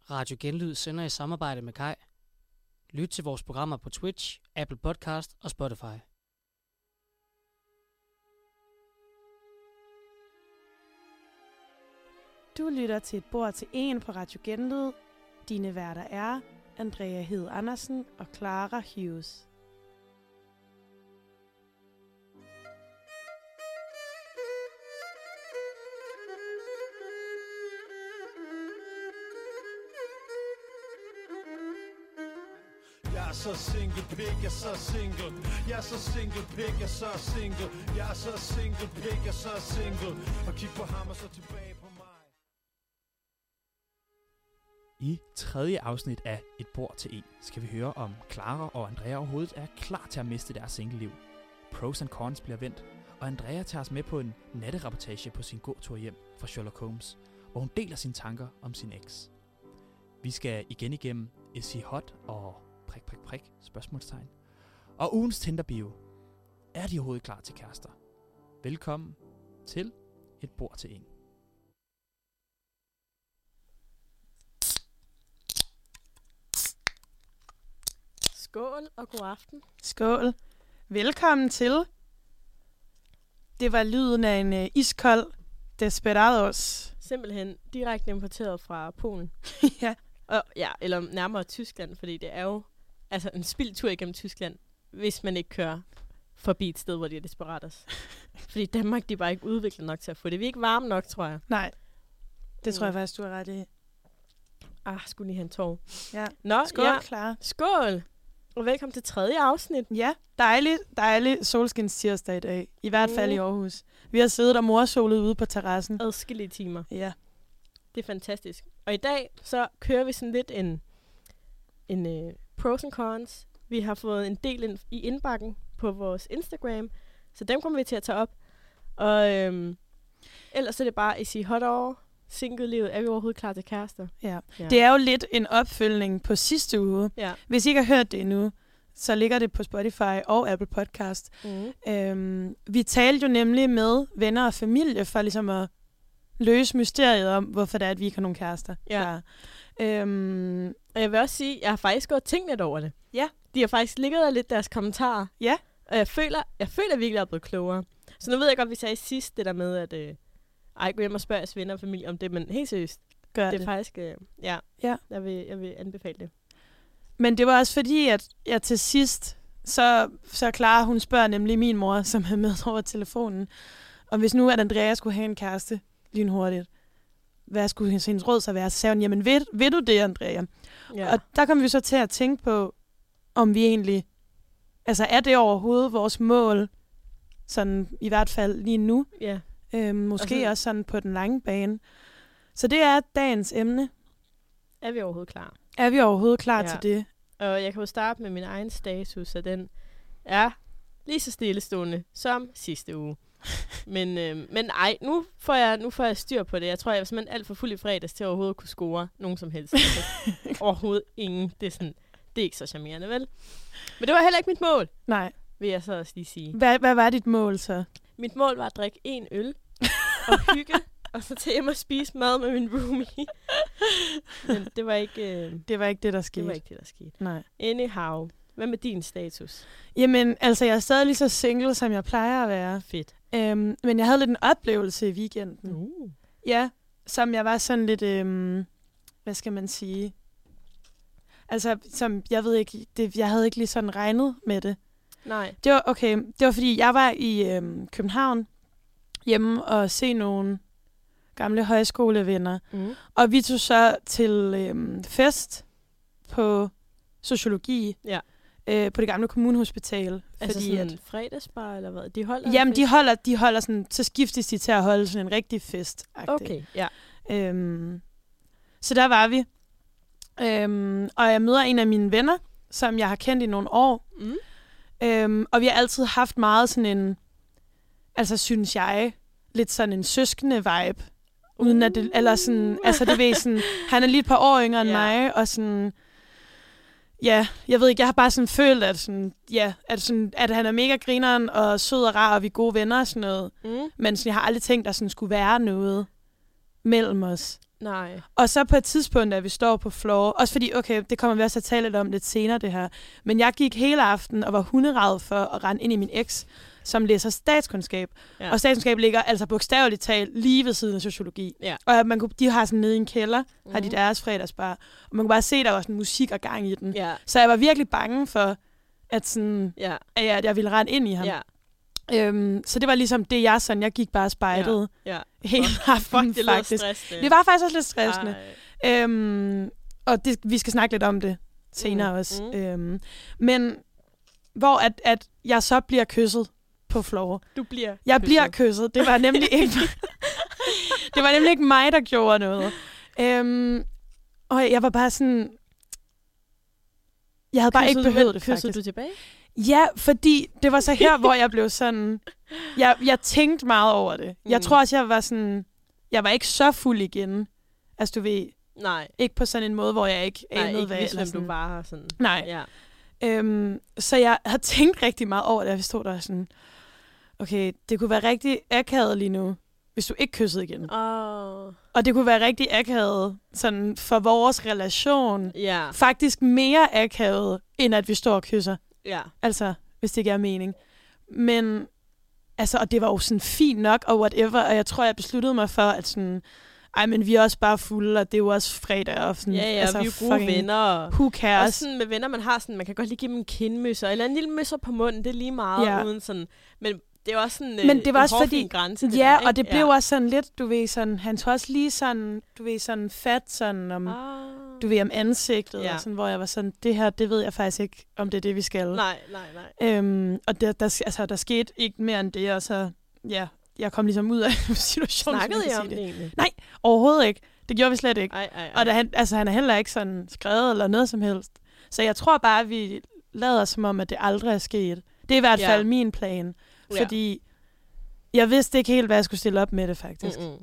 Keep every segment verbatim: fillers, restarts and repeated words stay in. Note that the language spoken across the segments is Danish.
Radio Genlyd sender i samarbejde med Kai. Lyt til vores programmer på Twitch, Apple Podcast og Spotify. Du lytter til et bord til en på Radio Genlyd. Dine værter er Andrea Hed Andersen og Clara Hughes. Jeg er så single, pig, jeg er så single. Jeg er så single, pig, jeg er så single. Jeg er så single, pig, jeg er så single. Og kig på ham og så tilbage på mig. I tredje afsnit af Et bord til en skal vi høre om Clara og Andrea overhovedet er klar til at miste deres singleliv. Pros and cons bliver vendt, og Andrea tager os med på en natterapportage på sin gåtur hjem fra Sherlock Holmes, hvor hun deler sine tanker om sin eks. Vi skal igen igennem Is he hot og prik, prik, prik, spørgsmålstegn. Og ugens Tinder-bio. Er de overhovedet klar til kærester? Velkommen til Et bord til en. Skål og god aften. Skål. Velkommen til. Det var lyden af en uh, iskold Desperados. Simpelthen direkte importeret fra Polen. Ja. Og, ja, eller nærmere Tyskland, fordi det er jo altså en spildtur igennem Tyskland, hvis man ikke kører forbi et sted, hvor de er Desperados. Fordi Danmark, de er bare ikke udviklet nok til at få det. Vi er ikke varme nok, tror jeg. Nej, det Mm. tror jeg faktisk, du har ret i. Ah, skulle lige have en tår. Ja. Nå, Skål, ja. Clara. Skål! Og velkommen til tredje afsnit. Ja, dejligt, dejligt solskins tirsdag i dag. I hvert fald Mm. i Aarhus. Vi har siddet og morsolet ude på terrassen. Adskillige timer. Ja. Det er fantastisk. Og i dag, så kører vi sådan lidt en, en uh, pros and cons. Vi har fået en del ind, i indbakken på vores Instagram, så dem kommer vi til at tage op. Og øhm, ellers er det bare, I siger hot over, single-livet, er vi overhovedet klar til kærester? Ja. Ja. Det er jo lidt en opfølgning på sidste uge. Ja. Hvis I ikke har hørt det endnu, så ligger det på Spotify og Apple Podcast. Mm. Øhm, vi talte jo nemlig med venner og familie for ligesom at løse mysteriet om, hvorfor det er, at vi ikke har nogen kærester. Ja. Klar. Øhm, Og jeg vil også sige, jeg har faktisk gået og tænkt lidt over det. Ja. De har faktisk ligget der lidt deres kommentarer. Ja. Og jeg føler, jeg føler virkelig, at jeg er blevet klogere. Så nu ved jeg godt, vi sagde sidst det der med, at øh, ej, gå hjem og spørge jeres venner og familie om det, men helt seriøst, gør det det. er faktisk, øh, ja, Ja. Jeg, vil, jeg vil anbefale det. Men det var også fordi, at jeg til sidst, så, så Clara, hun spørger nemlig min mor, som er med over telefonen, og hvis nu, at Andrea skulle have en kæreste lynhurtigt, hvad skulle hendes, hendes råd så være? Så sagde hun, jamen ved, ved du det, Andrea? Ja. Og der kom vi så til at tænke på, om vi egentlig, altså er det overhovedet vores mål, sådan i hvert fald lige nu, ja. øhm, måske Altså- også sådan på den lange bane. Så det er dagens emne. Er vi overhovedet klar? Er vi overhovedet klar Ja. til det? Og jeg kan jo starte med min egen status, og den er lige så stillestående som sidste uge. men, øh, men ej, nu får, jeg, nu får jeg styr på det. Jeg tror, jeg er simpelthen alt for fuld i fredags til at overhovedet kunne score nogen som helst. Altså, overhovedet ingen. Det er, sådan, det er ikke så charmerende, vel? Men det var heller ikke mit mål, Nej. vil jeg så også lige sige. Hvad, hvad var dit mål så? Mit mål var at drikke en øl og hygge, og så tage hjem og spise mad med min roomie. Men det var ikke, øh, Det var ikke det, der skete. det var ikke det, der skete. Nej. Anyhow, hvad med din status? Jamen, altså, jeg er stadig lige så single, som jeg plejer at være. Fedt. Øhm, men jeg havde lidt en oplevelse i weekenden. Uh. Ja, som jeg var sådan lidt, øhm, hvad skal man sige? Altså, som, jeg ved ikke, det, jeg havde ikke lige sådan regnet med det. Nej. Det var, okay, det var fordi, jeg var i øhm, København hjemme og se nogle gamle højskolevenner. Mm. Og vi tog så til øhm, fest på sociologi Ja. øh, på det gamle kommunehospital. Altså fordi sådan at, en fredagsbar, eller hvad? De holder en jamen, de fest? holder, de holder sådan, så skiftes de til at holde sådan en rigtig fest. Okay, ja. Øhm, så der var vi. Øhm, og jeg møder en af mine venner, som jeg har kendt i nogle år. Mm. Øhm, og vi har altid haft meget sådan en, altså synes jeg, lidt sådan en søskende vibe. Uden at det, eller sådan, altså det ved sådan, han er lige et par år yngre end Ja. mig, og sådan, ja, jeg ved ikke, jeg har bare sådan følt, at, sådan, ja, at, sådan, at han er mega grineren og sød og rar, og vi er gode venner og sådan noget. Mm. Men sådan, jeg har aldrig tænkt, at der sådan skulle være noget mellem os. Nej. Og så på et tidspunkt, da vi står på floor, også fordi, okay, det kommer vi også at tale lidt om lidt senere, det her, men jeg gik hele aften og var hunderad for at rende ind i min eks, som læser statskundskab. Ja. Og statskundskab ligger altså bogstaveligt talt lige ved siden af sociologi. Ja. Og man kunne, de har sådan nede i en kælder, Mhm. har de deres fredagsbar, og man kunne bare se, der var sådan musik og gang i den. Ja. Så jeg var virkelig bange for, at, sådan, Ja. at, jeg, at jeg ville rende ind i ham. Ja. Øhm, så det var ligesom det, jeg sådan, jeg gik bare og spejdede Ja. hele Fuck, aftenen, det lyder faktisk. stressende. Det var faktisk også lidt stressende. Ej. Øhm, og det, vi skal snakke lidt om det senere Mm, også. mm. Øhm, men hvor at, at jeg så bliver kysset på floor. Du bliver Jeg kysset. bliver kysset. Det var nemlig ikke det var nemlig ikke mig, der gjorde noget. Øhm, og jeg var bare sådan... Jeg havde bare Kyssede ikke du- behøvet det, kyssede faktisk. du tilbage? Ja, fordi det var så her, hvor jeg blev sådan... Jeg, jeg tænkte meget over det. Jeg Mm. tror også, jeg var sådan... Jeg var ikke så fuld igen. Altså, du ved... Nej. Ikke på sådan en måde, hvor jeg ikke Nej, anede, ikke hvad... vidste, eller hvem du sådan- var. Sådan. Nej. Ja. Øhm, så jeg havde tænkt rigtig meget over det, og vi stod der sådan... Okay, det kunne være rigtig akavet lige nu, hvis du ikke kyssede igen. Åh. Og det kunne være rigtig akavet sådan for vores relation. Ja. Faktisk mere akavet, end at vi står og kysser. Ja. Altså, hvis det giver mening. Men, altså, og det var jo sådan fint nok, og whatever, og jeg tror, jeg besluttede mig for, at sådan, ej, men vi er også bare fulde, og det er jo også fredag, og sådan, Ja, ja, altså, vi er jo gode fucking, venner. Og who også cares? sådan med venner, man har sådan, man kan godt lige give dem en kindmøsser, eller en lille møsser på munden, det er lige meget, Ja. uden sådan, men det er jo også sådan Men det var en også hårfin fordi- grænse. Det Ja, der, ikke? og det blev også sådan lidt, du ved, sådan, han tog også lige sådan, du ved, sådan fat, sådan om, Ah. du ved, om ansigtet, Ja. og sådan, hvor jeg var sådan, det her, det ved jeg faktisk ikke, om det er det, vi skal. Nej, nej, nej. Øhm, og der, der, altså, der skete ikke mere end det, og så, ja, jeg kom ligesom ud af situationen. Snakkede hvis I man om kan det sige egentlig? Overhovedet ikke. Det gjorde vi slet ikke. Ej, ej, ej. Og der, han, altså, han er heller ikke sådan skrevet eller noget som helst. Så jeg tror bare, at vi lader som om, at det aldrig er sket. Det er i hvert Ja. fald min plan. Ja. Fordi jeg vidste ikke helt, hvad jeg skulle stille op med det, faktisk. Mm-mm.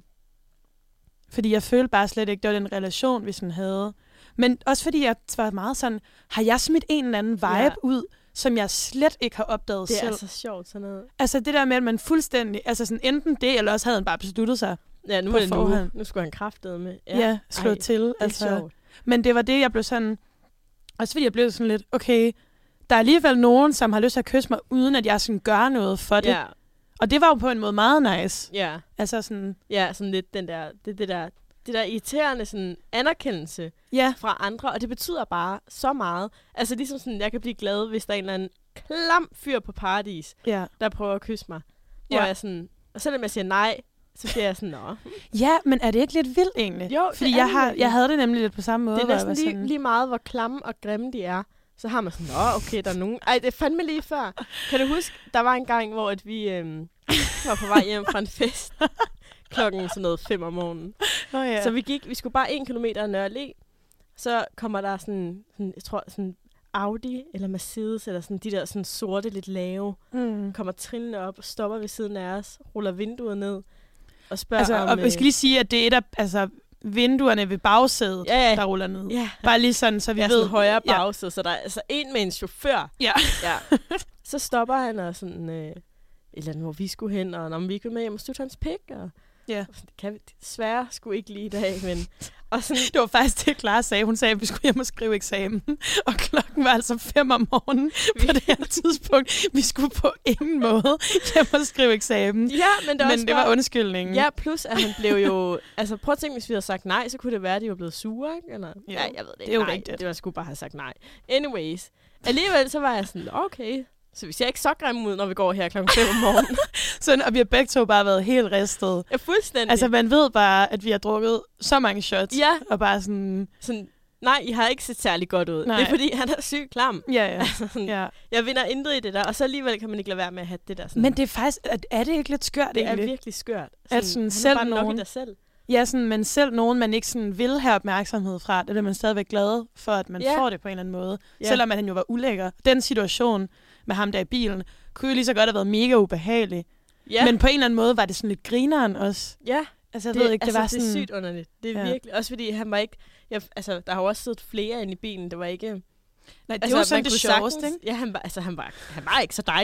Fordi jeg følte bare slet ikke, det var den relation, vi sådan havde. Men også fordi jeg var meget sådan, har jeg smidt en eller anden vibe Ja. ja. ud, som jeg slet ikke har opdaget Det er selv. så sjovt, sådan noget. Altså det der med, at man fuldstændig, altså sådan enten det, eller også havde han bare besluttet sig. Ja, nu På er det nu. forhånd. Nu skulle han kraftede med. Ja, ja slået Ej, til. Det er Altså. sjovt. Men det var det, jeg blev sådan, også fordi jeg blev sådan lidt, okay, der er alligevel nogen, som har lyst til at kysse mig, uden at jeg sådan gør noget for det. Ja, Og det var jo på en måde meget nice. ja. Altså sådan, Ja, sådan lidt den der, det, det der, det der irriterende sådan anerkendelse ja, fra andre, og det betyder bare så meget. Altså ligesom sådan, jeg kan blive glad, hvis der er en eller anden klam fyr på Paradis, ja. der prøver at kysse mig. Hvor Ja. jeg sådan, og selvom jeg siger nej, så bliver jeg sådan, nå. Ja, men er det ikke lidt vildt egentlig? Jo, det Fordi er jeg, det har, virkelig. jeg havde det nemlig lidt på samme måde. Det er hvor jeg næsten var lige, sådan, lige meget, hvor klamme og grimme de er. Så har man sådan, nå, okay, der er nogen... Ej, det er fandme lige før. Kan du huske, der var en gang, hvor at vi øhm, var på vej hjem fra en fest. Klokken sådan noget fem om morgenen. Nå, ja. Så vi gik, vi skulle bare en kilometer af Nørre Allé. Så kommer der sådan, sådan, jeg tror, sådan Audi eller Mercedes, eller sådan de der sådan sorte, lidt lave, mm. kommer trillende op og stopper ved siden af os, ruller vinduet ned og spørger Altså, om... og vi skal lige sige, at det er et af altså, vinduerne ved bagsædet, Ja, ja. der ruller ned. Ja, Bare lige sådan, så vi vi er ved. sådan højre Ja. bagsæde, så der er altså en med en chauffør. Ja. ja. Så stopper han og sådan, øh, et eller andet, hvor vi skulle hen, og når vi ikke vil med hjem og støtte hans pik, og Ja. og sådan, det kan vi desværre sgu ikke lige i dag, men... Og sådan, Det var faktisk det, Clara sagde. Hun sagde, at vi skulle hjem og skrive eksamen. Og klokken var altså fem om morgenen på det her tidspunkt. Vi skulle på ingen måde hjem og skrive eksamen. ja, men det, var Men også det var bare- undskyldningen. Ja, plus at han blev jo... altså prøv at tænke, hvis vi havde sagt nej, så kunne det være, at de var blevet sure, ikke? Eller, Jo, ja, jeg ved det, det er jo nej, rigtigt. det var sgu bare have sagt nej. Anyways. Alligevel så var jeg sådan, okay, så vi ser ikke så grimme ud, når vi går her klokken fem om morgenen. Sådan, og vi har begge to bare været helt ristet. Ja, fuldstændig. Altså, man ved bare, at vi har drukket så mange shots. ja, Og bare sådan, sådan, nej, I har ikke set særlig godt ud. Nej. Det er fordi, han er sygt klam. ja, ja. Sådan, ja. Jeg vinder intet i det der, og så alligevel kan man ikke lade være med at have det der. Sådan, Men det er faktisk, er, er det ikke lidt skørt det er egentlig? virkelig skørt. At sådan han selv er bare nok nogen- i dig selv. Ja, sådan, men selv nogen, man ikke sådan vil have opmærksomhed fra, det er man stadigvæk glad for, at man Ja. får det på en eller anden måde. Ja. Selvom at han jo var ulækker. Den situation med ham der i bilen, kunne jo lige så godt have været mega ubehagelig. Ja, Men på en eller anden måde var det sådan lidt grineren også. ja. Altså, jeg det, ved ikke, det altså, var sådan... det er sygt underligt. Det er Ja. ja. virkelig. Også fordi han var ikke... Jeg, altså, der har jo også siddet flere inde i bilen. Det var ikke... Nej, det altså, var sådan man det kunne sjoveste, sagtens- ikke? Ja, han var, altså, han var, han var ikke så dejlig.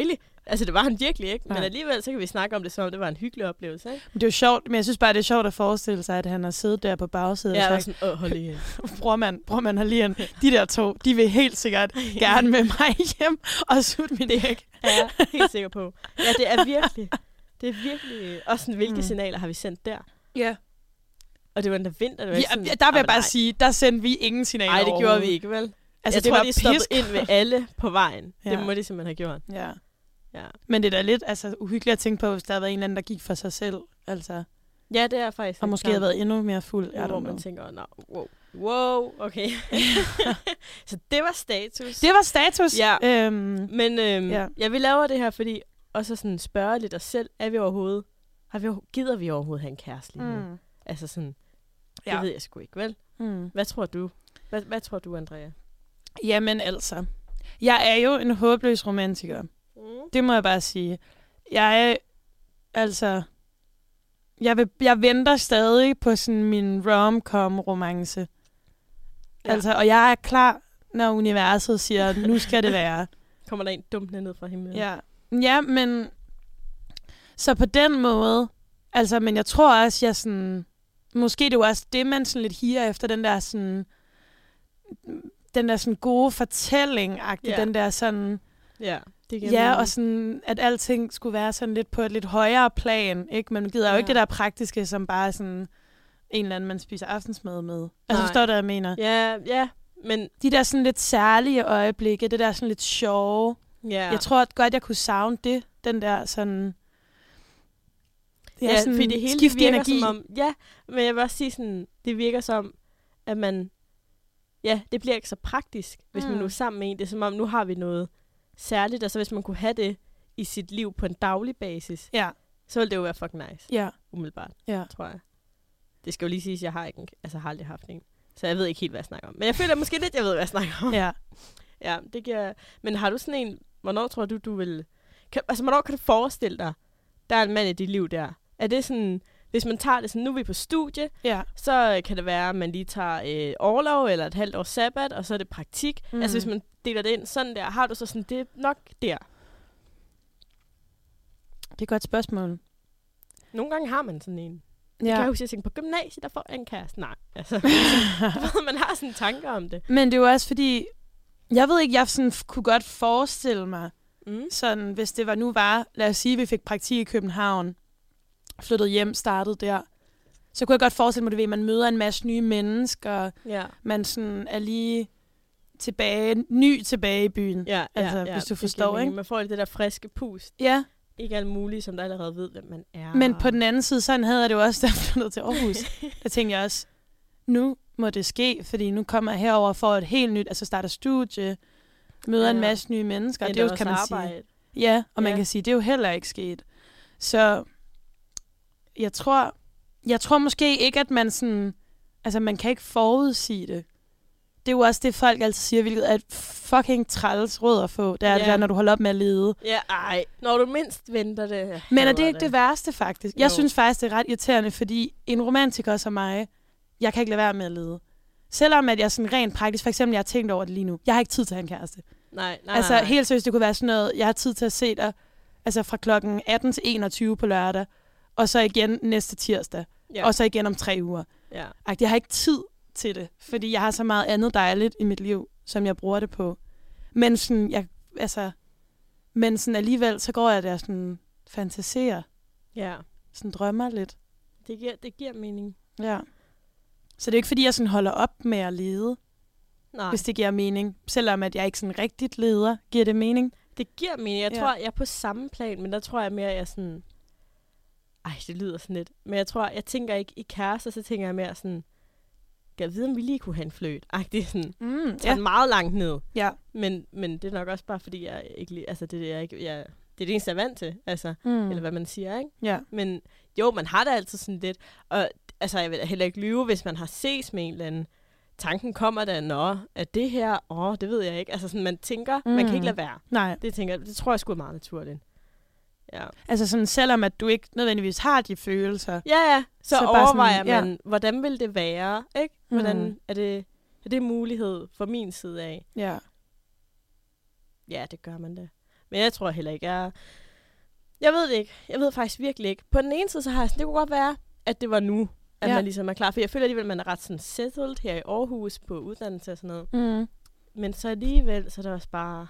Altså, det var han virkelig ikke. Men Nej. alligevel, så kan vi snakke om det, som om det var en hyggelig oplevelse, ikke? Men det er jo sjovt, men jeg synes bare, det er sjovt at forestille sig, at han har siddet der på bagsædet Ja, og og sagt, sådan, åh, hold lige hen. brormand, brormand har lige en, de der to, de vil helt sikkert gerne med mig hjem og sutte min dæk. Ja, jeg er helt sikker på. Ja, det er virkelig, det er virkelig, også sådan, hvilke Mm. mm. signaler har vi sendt der? Ja. Og det var endda vinter, det var Vi, ikke sådan, der vil jeg "Ah, men bare nej." sige, der sendte vi ingen signaler Nej, det gjorde vi overhovedet. ikke, vel? Altså, jeg det tror, var de stoppede pis- ind ved alle på vejen. Ja. Det må de simpelthen have gjort. Ja. Ja, Men det er da lidt altså, uhyggeligt at tænke på, hvis der havde været en eller anden, der gik for sig selv. Altså, ja det er faktisk. og lidt måske klart. havde været endnu mere fuld. I Hvor don't man know. tænker, nå, wow, wow, okay. Så det var status. Det var status. Ja. Øhm, Men øhm, Ja. ja. ja, vi laver det her, fordi også sådan spørge lidt os selv, er vi overhovedet, har vi, gider vi overhovedet have en kæreste lige nu? mm. Altså sådan, det Ja. ved jeg sgu ikke, vel? Mm. Hvad tror du? Hvad, hvad tror du, Andrea? Jamen altså, jeg er jo en håbløs romantiker. Mm. Det må jeg bare sige. Jeg er, altså, jeg, vil, jeg venter stadig på sådan min rom-com-romance. Ja. Altså, og jeg er klar, når universet siger, nu skal det være. Kommer der en dumpende ned fra himlen? Ja. Ja, men så på den måde, altså, men jeg tror også, jeg sådan, måske det er jo også det, man sådan lidt higer efter, den der sådan, den der sådan gode fortælling-agtige, Ja. den der sådan, Ja, det giver ja, mening. og sådan, at alting skulle være sådan lidt på et lidt højere plan, ikke? Man gider jo Ja. ikke det der praktiske, som bare sådan en eller anden, man spiser aftensmad med. Altså, Nej. forstår du, hvad jeg mener? Ja, ja, men De der sådan lidt særlige øjeblikke, det der sådan lidt sjove. ja. Jeg tror at godt, jeg kunne savne det, den der sådan, Ja, sådan fordi det hele skiftig virker energi. som om, ja, men jeg vil også sige sådan, det virker som, at man, ja, det bliver ikke så praktisk, hvis mm. man Mm. nu er sammen med en. Det er som om, nu har vi noget særligt, og så hvis man kunne have det i sit liv på en daglig basis, Ja, så ville det jo være fucking nice, ja, umiddelbart, ja. tror jeg. Det skal jo lige siges, at jeg har ikke en, altså har aldrig haft en. Så jeg ved ikke helt, hvad jeg snakker om. Men jeg føler måske lidt, jeg ved, hvad jeg snakker om. ja. Ja, det giver... Men har du sådan en... Hvornår tror du, du vil... Kan, altså, hvornår kan du forestille dig, der er en mand i dit liv der? Er det sådan... Hvis man tager det sådan, nu er vi på studie, Ja. så øh, kan det være, at man lige tager øh, overlov eller et halvt års sabbat, og så er det praktik. Mm. Mm. Altså, hvis man deler det ind sådan der, har du så sådan, det er nok der. Det er et godt spørgsmål. Nogle gange har man sådan en. Ja. Ja. Kan jeg huske, at jeg tænkte, på gymnasiet, der får jeg en kæreste. Nej, altså, du ved, man har sådan tanker om det. Men det er jo også fordi, jeg ved ikke, jeg sådan f- kunne godt forestille mig, Mm. sådan, hvis det var nu var, lad os sige, vi fik praktik i København, flyttede hjem, startede der, så kunne jeg godt forestille mig, at man møder en masse nye mennesker, Ja. man sådan er lige tilbage, ny tilbage i byen. Ja, Altså, ja, ja, hvis du det forstår, giver mening. ikke? Man får lidt det der friske pust. Ja, Ikke alt muligt, som der allerede ved, hvem man er. men på den anden side, sådan havde jeg det jo også, da jeg flyttede til Aarhus. Der tænkte jeg også, nu må det ske, fordi nu kommer jeg herover for et helt nyt, altså starter studie, møder Ja. en masse nye mennesker. Men Det er jo, også kan man arbejde. sige. Ja, og man Ja. kan sige, det er jo heller ikke sket. Så jeg tror, jeg tror måske ikke, at man sådan, altså man kan ikke forudsige det. Det er jo også det, folk altid siger, hvilket er et fucking træls råd at få. Det er Ja. det der, når du holder op med at lede. Ja, ej. Når du mindst venter det. jeg Men er hader det ikke det værste, faktisk? Jeg Jo. synes faktisk, det er ret irriterende, fordi en romantiker som mig, jeg kan ikke lade være med at lede. Selvom at jeg sådan rent praktisk, for eksempel, jeg har tænkt over det lige nu. Jeg har ikke tid til at have en kæreste. Nej, nej, Altså nej. helt seriøst, det kunne være sådan noget, jeg har tid til at se dig altså fra klokken atten til enogtyve på lørdag, og så igen næste tirsdag, Ja. og så igen om tre uger. Ja. Agt, jeg har ikke tid til det, fordi jeg har så meget andet dejligt i mit liv, som jeg bruger det på. Men sådan, jeg, altså, men sådan alligevel, så går jeg der sådan fantaserer, Ja. sådan drømmer lidt. Det giver, det giver mening. Ja. Så det er ikke, fordi jeg sådan holder op med at lede, Nej, hvis det giver mening. Selvom at jeg ikke sådan rigtigt leder, giver det mening. det giver mening. Jeg Ja. tror, jeg er på samme plan, men der tror jeg mere, jeg er sådan... Ej, det lyder sådan lidt. Men jeg tror, jeg tænker ikke i kærester, så tænker jeg mere sådan... Kan jeg vide, om vi lige kunne have en fløjt? Ej, det er sådan... Mm, Tager ja. den meget langt ned. Ja. Men, men det er nok også bare, fordi jeg ikke... lige- Altså, det er, jeg ikke, jeg, det er det eneste, jeg er vant til. Altså, Mm. mm. eller hvad man siger, ikke? Ja. Men jo, man har det altid sådan lidt. Og altså, jeg vil heller ikke lyve, hvis man har ses med en eller anden. Tanken kommer da, nå, at det her, åh, det ved jeg ikke. Altså sådan, man tænker, mm. man kan ikke lade være. Nej. Det, tænker, jeg- det tror jeg sgu er meget naturligt. Ja, Altså sådan, selvom at du ikke nødvendigvis har de følelser. ja, ja. Så, Så så bare overvejer sådan, ja. man, hvordan vil det være, ikke? Hvordan Mm. er det, er det en mulighed fra min side af? Ja. Ja, det gør man da. Men jeg tror heller ikke, jeg... Jeg ved det ikke. Jeg ved faktisk virkelig ikke. På den ene side, så har jeg sådan, det kunne godt være, at det var nu, at Ja. man ligesom er klar. For jeg føler alligevel, at man er ret sådan settled her i Aarhus på uddannelse og sådan noget. Mm. Men så alligevel, så er det også bare...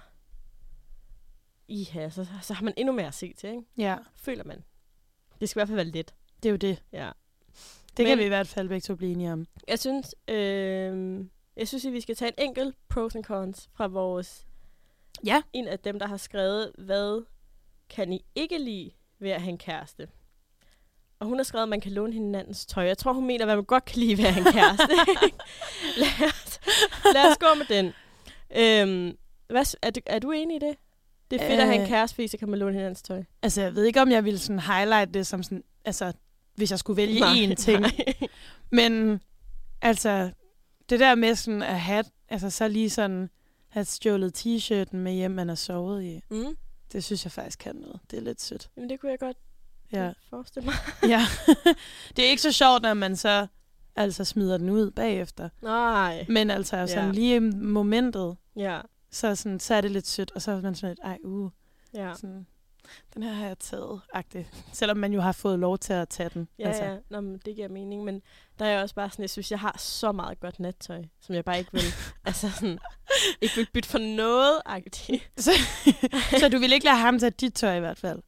Iha, så, så har man endnu mere at se til, ikke? Ja, Føler man. Det skal i hvert fald være let. det er jo det. Ja. Det kan Men- vi i hvert fald begge to blive enige om. Jeg synes, øh, jeg synes, at vi skal tage en enkelt pros and cons fra vores... Ja. En af dem, der har skrevet, hvad kan I ikke lide ved at have en kæreste? Og hun har skrevet, at man kan låne hinandens tøj. Jeg tror, hun mener, hvad man godt kan lide ved at have en kæreste. lad, os, lad os gå med den. Øhm, hvad, s- er, du, er du enig i det? Det er fedt øh, at have en Øh. kæreste, fordi så kan man låne hinandens tøj. Altså, jeg ved ikke, om jeg ville sådan highlight det som sådan... Altså, hvis jeg skulle vælge Nej, én ting. nej. Men altså, det der med sådan at have, altså så lige sådan, have stjålet t-shirten med hjem, man har sovet i, Mm. det synes jeg faktisk kan noget. Det er lidt sødt. Jamen, det kunne jeg godt Ja. forestille mig. ja. Det er ikke så sjovt, når man så altså smider den ud bagefter. Nej. Men altså sådan Ja. lige i momentet, Ja. så, sådan, så er det lidt sødt, og så er man sådan lidt, ej, uh, Ja. sådan, den her har jeg taget, agtigt. Selvom man jo har fået lov til at tage den. Ja, altså. ja. Nå, men det giver mening, men der er jeg også bare sådan, jeg synes, jeg har så meget godt nattøj, som jeg bare ikke vil, altså sådan, ikke vil bytte for noget, agtigt. Så, så du vil ikke lade ham tage dit tøj i hvert fald?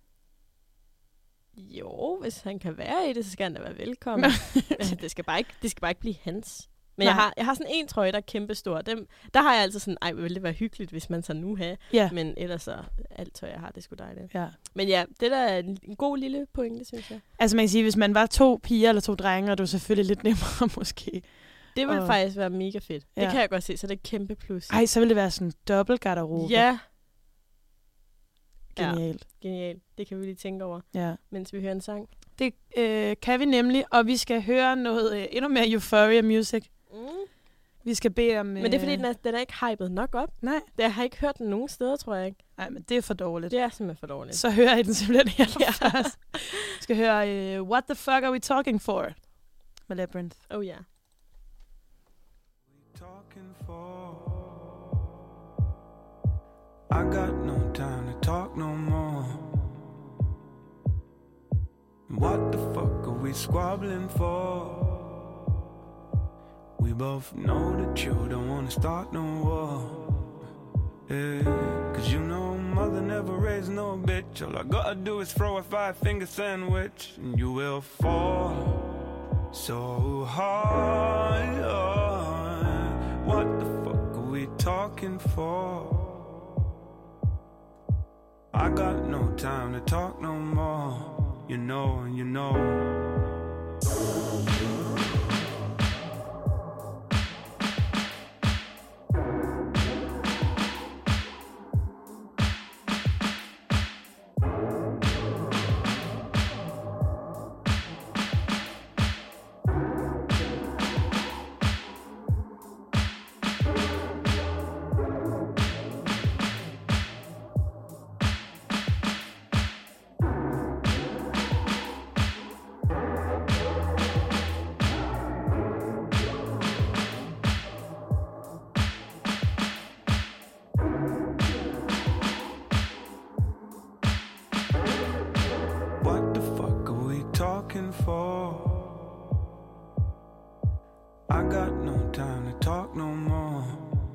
Jo, hvis han kan være i det, så skal han da være velkommen. Men det skal bare ikke, det skal bare ikke blive hans. Men jeg Nej. har, jeg har sådan en trøje, der er kæmpestor. Dem, der har jeg altid sådan, ej, ville det være hyggeligt, hvis man så nu have. Ja. Men ellers så, alt tøj, jeg har, det er sgu dejligt. ja. Men ja, det der er en, en god lille pointe, synes jeg. Altså man kan sige, hvis man var to piger eller to drenge, og det var selvfølgelig lidt nemmere måske. Det vil Og- faktisk være mega fedt. Det Ja. kan jeg godt se, så det er et kæmpe plus. Ej, så ville det være sådan en dobbelt garderobe. Ja, Genialt. genialt. Det kan vi lige tænke over, Ja. mens vi hører en sang. Det øh, kan vi nemlig, og vi skal høre noget øh, endnu mere Euphoria Music. Mm. Vi skal bede om... Øh, Men det er fordi, den er, den er ikke hypet nok op. Nej, Det, jeg har ikke hørt den nogen steder, tror jeg ikke. nej, men det er for dårligt. Det er simpelthen for dårligt. Så hører I den simpelthen her Ja. først. Vi skal høre øh, What the fuck are we talking for? Med Labyrinth. Oh ja. Talking for I got no time to talk no more. What the fuck are we squabbling for? We both know that you don't wanna start no war. Yeah, cause you know mother never raised no bitch. All I gotta do is throw a five finger sandwich and you will fall so hard. What the fuck are we talking for? I got no time to talk no more. You know, you know. What the fuck are we talking for? I got no time to talk no more.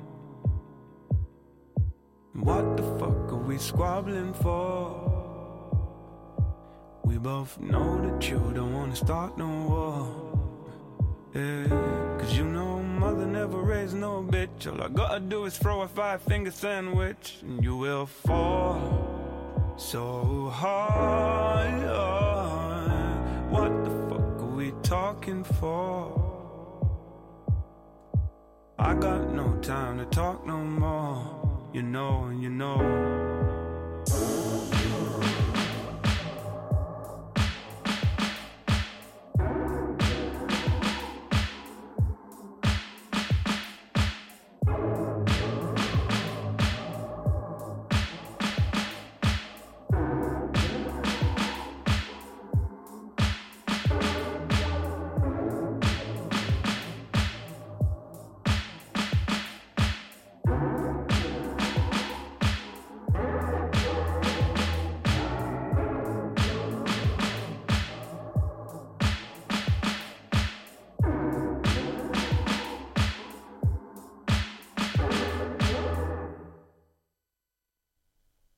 What the fuck are we squabbling for? We both know that you don't wanna start no war. Yeah, cause you know mother never raised no bitch. All I gotta do is throw a five finger sandwich and you will fall so hard. What the fuck are we talking for? I got no time to talk no more. You know, you know.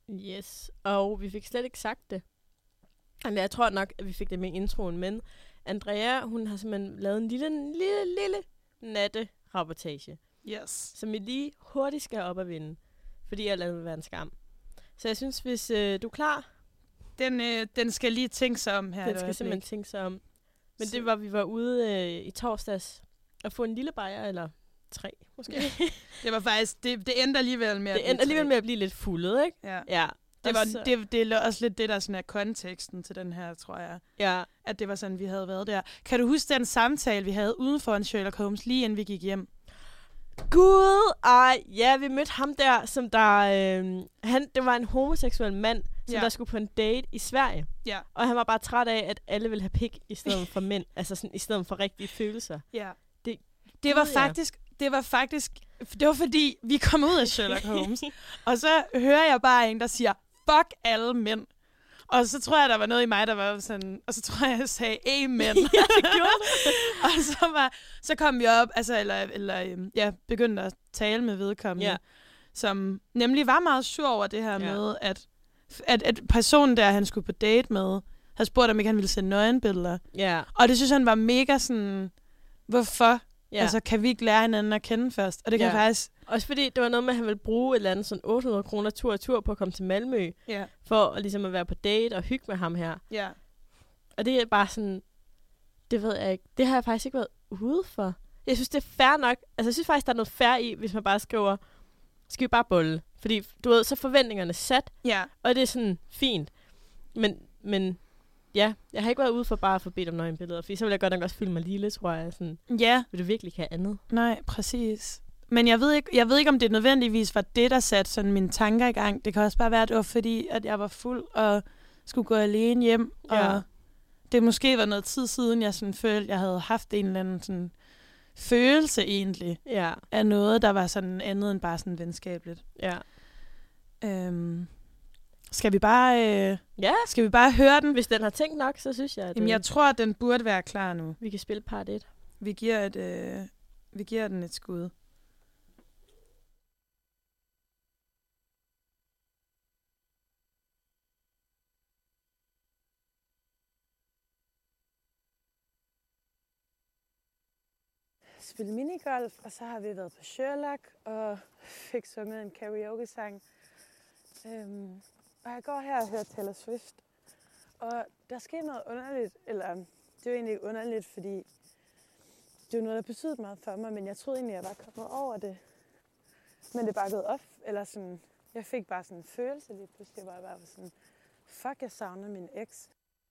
Yes, og vi fik slet ikke sagt det. Men jeg tror nok, at vi fik det med i introen, men Andrea, hun har simpelthen lavet en lille, lille, lille natte-rapportage, Yes. som vi lige hurtigt skal op og vinde, fordi jeg lavede være en skam. Så jeg synes, hvis øh, du er klar, Den, øh, den skal lige tænke sig om her. den et skal øjeblik. simpelthen tænke sig om. Men Så- det var, vi var ude øh, i torsdags og få en lille bajer, eller tre måske. Det var faktisk, det, det endte alligevel med at det blive endte alligevel tre. med at blive lidt fuldet, ikke? Ja. Ja. Det Og var så- det, det er også lidt det, der sådan er konteksten til den her, tror jeg. Ja. At det var sådan, vi havde været der. Kan du huske den samtale, vi havde uden for en Sherlock Holmes, lige inden vi gik hjem? Gud, ej, ja, vi mødte ham der, som der, øh, han, det var en homoseksuel mand, som Ja. der skulle på en date i Sverige. Ja. Og han var bare træt af, at alle ville have pik i stedet for mænd, altså sådan, i stedet for rigtige følelser. Ja. Det- Det var Gud, ja. faktisk, det var faktisk, det var fordi, vi kom ud af Sherlock Holmes, og så hører jeg bare en, der siger, fuck alle mænd. Og så tror jeg, der var noget i mig, der var sådan, og så tror jeg, jeg sagde, amen. Ja, det gjorde du. Og så, var, så kom vi op, altså, eller, eller øhm, ja, begyndte at tale med vedkommende, Ja. som nemlig var meget sur over det her Ja. med, at, at, at personen der, han skulle på date med, havde spurgt, om ikke han ville sende nøgenbilleder. Ja, Og det synes han var mega sådan, hvorfor? ja. Ja. Altså, kan vi ikke lære hinanden at kende først? Og det kan Ja. faktisk... Også fordi det var noget med, at han ville bruge et eller andet sådan otte hundrede kroner tur og tur på at komme til Malmø, Ja. for at, ligesom at være på date og hygge med ham her. Ja. Og det er bare sådan, det ved jeg ikke, det har jeg faktisk ikke været ude for. Jeg synes, det er fair nok. Altså, jeg synes faktisk, der er noget fair i, hvis man bare skriver, skal vi bare bolle? Fordi, du ved, så er forventningerne sat, Ja. og det er sådan fint. Men, men ja, jeg har ikke været ude for bare at få bedt om nøgenbilleder, fordi så vil jeg godt nok også føle mig lille, tror jeg. Sådan, Ja, vil du virkelig have andet? nej, præcis. Men jeg ved, ikke, jeg ved ikke, om det nødvendigvis var det, der satte sådan mine tanker i gang. Det kan også bare være, at det var fordi, at jeg var fuld og skulle gå alene hjem. Ja. Og det måske var noget tid siden, jeg sådan følte, jeg havde haft en eller anden sådan følelse egentlig Ja, af noget, der var sådan andet end bare sådan venskabeligt. ja. Øhm, skal vi bare øh, Ja, skal vi bare høre den? hvis den har tænkt nok, så synes jeg, at Jamen, øh, jeg tror, at den burde være klar nu. vi kan spille part et. Vi giver, et, øh, vi giver den et skud. Spille minigolf, og så har vi været på Sherlock og fik sunget en karaoke-sang. Øhm, og jeg går her og hører Taylor Swift. Og der sker noget underligt, eller det er jo egentlig ikke underligt, fordi det er jo noget, der betyder meget for mig, men jeg troede egentlig, jeg var kommet over det. Men det er bare gået op, eller sådan, jeg fik bare sådan en følelse lige pludselig, hvor jeg bare var sådan, fuck, jeg savner min eks.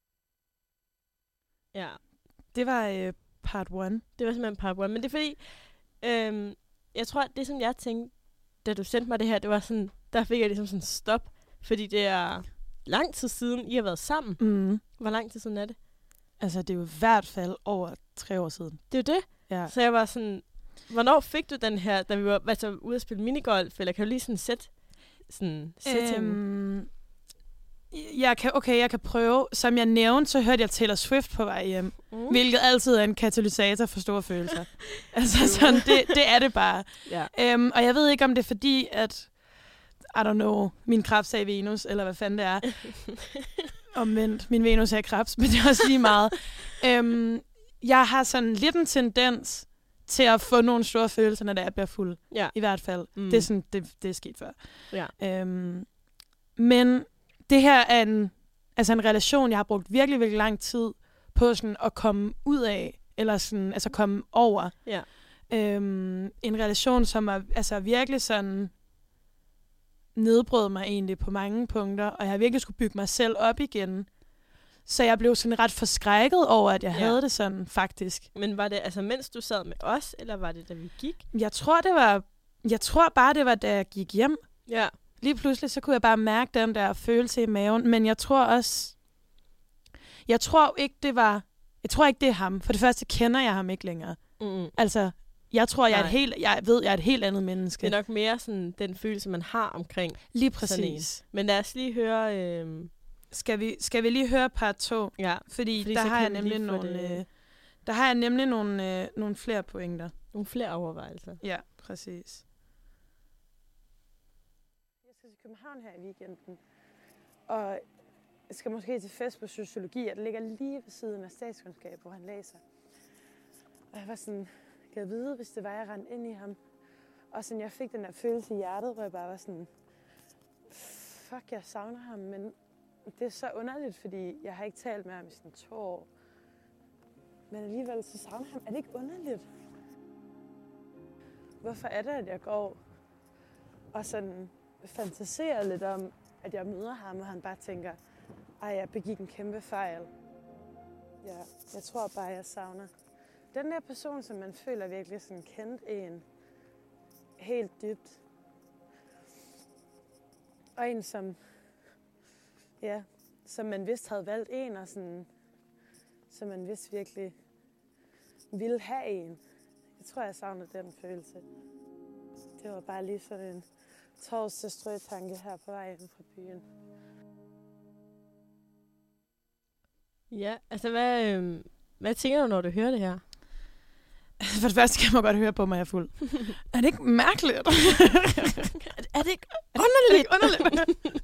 Ja. Det var øh, part one. Det var simpelthen part one. Men det er fordi, øhm, jeg tror, at det som jeg tænkte, da du sendte mig det her, det var sådan, der fik jeg ligesom sådan stop. Fordi det er lang tid siden, I har været sammen. Mm. Hvor lang tid siden er det? Altså, det er jo i hvert fald over tre år siden. Det er jo det. Ja. Så jeg var sådan, hvornår fik du den her, da vi var altså, ude at spille minigolf? Eller kan du lige sådan sætte sådan, settingen? Øhm, jeg kan, okay, jeg kan prøve. Som jeg nævnte, så hørte jeg Taylor Swift på vej hjem. Mm. Hvilket altid er en katalysator for store følelser. altså, sådan, det, det er det bare. Ja. Øhm, og jeg ved ikke, om det er fordi, at, I don't know, min krebs er i Venus, eller hvad fanden det er. Omvendt, min Venus er i krebs, men det er også lige meget. øhm, jeg har sådan lidt en tendens til at få nogle store følelser, når jeg bliver fuld. Ja. I hvert fald. Mm. Mm. Det, er sådan, det, det er sket før. Ja. Øhm, men det her er en, altså en relation, jeg har brugt virkelig, virkelig lang tid på sådan at komme ud af, eller sådan, altså komme over. Ja. Øhm, en relation, som er altså virkelig sådan nedbrød mig egentlig på mange punkter, og jeg har virkelig skulle bygge mig selv op igen. Så jeg blev sådan ret forskrækket over, at jeg Ja. ja. havde det sådan, faktisk. Men var det altså, mens du sad med os, eller var det, da vi gik? Jeg tror, det var, jeg tror bare, det var, da jeg gik hjem. Ja. Lige pludselig, så kunne jeg bare mærke den der følelse i maven. Men jeg tror også, jeg tror ikke, det var, jeg tror ikke, det er ham. For det første kender jeg ham ikke længere. Mm. Altså, jeg tror, jeg er et Nej. helt, jeg ved, jeg er et helt andet menneske. Det er nok mere sådan den følelse, man har omkring. Lige sådan en. præcis. Men lad os lige høre... Øh, Skal vi, skal vi lige høre part to? ja, Fordi, Fordi Fordi så der har kan jeg vi nemlig lige få nogle, det- øh, der har jeg nemlig nogle, øh, nogle flere pointer. nogle flere overvejelser. Ja, præcis. Jeg skal skal til København her i weekenden, og jeg skal måske til fest på sociologi, og det ligger lige ved siden af statskundskab, hvor han læser. Og jeg var sådan, kan jeg vide, hvis det var, jeg rendte ind i ham. Og sådan, jeg fik den der følelse i hjertet, hvor jeg bare var sådan, fuck, jeg savner ham, men det er så underligt, fordi jeg har ikke talt med ham i sådan to år. Men alligevel så savner ham. Er det ikke underligt? Hvorfor er det, at jeg går og sådan fantaserer lidt om, at jeg møder ham, og han bare tænker, ej, jeg begik en kæmpe fejl. Ja, jeg tror bare, jeg savner den der person, som man føler virkelig sådan kendt en helt dybt. Og en, som, ja, som man vidst havde valgt en, og sådan, som man vidst virkelig ville have en. Jeg tror, jeg savner den følelse. Det var bare lige sådan en torsdag strøtanke her på vej ind fra byen. Ja, altså hvad, øh, hvad tænker du, når du hører det her? For det første kan man godt høre på mig, jeg er fuld. Er det ikke mærkeligt? Er det ikke underligt? Er det ikke underligt?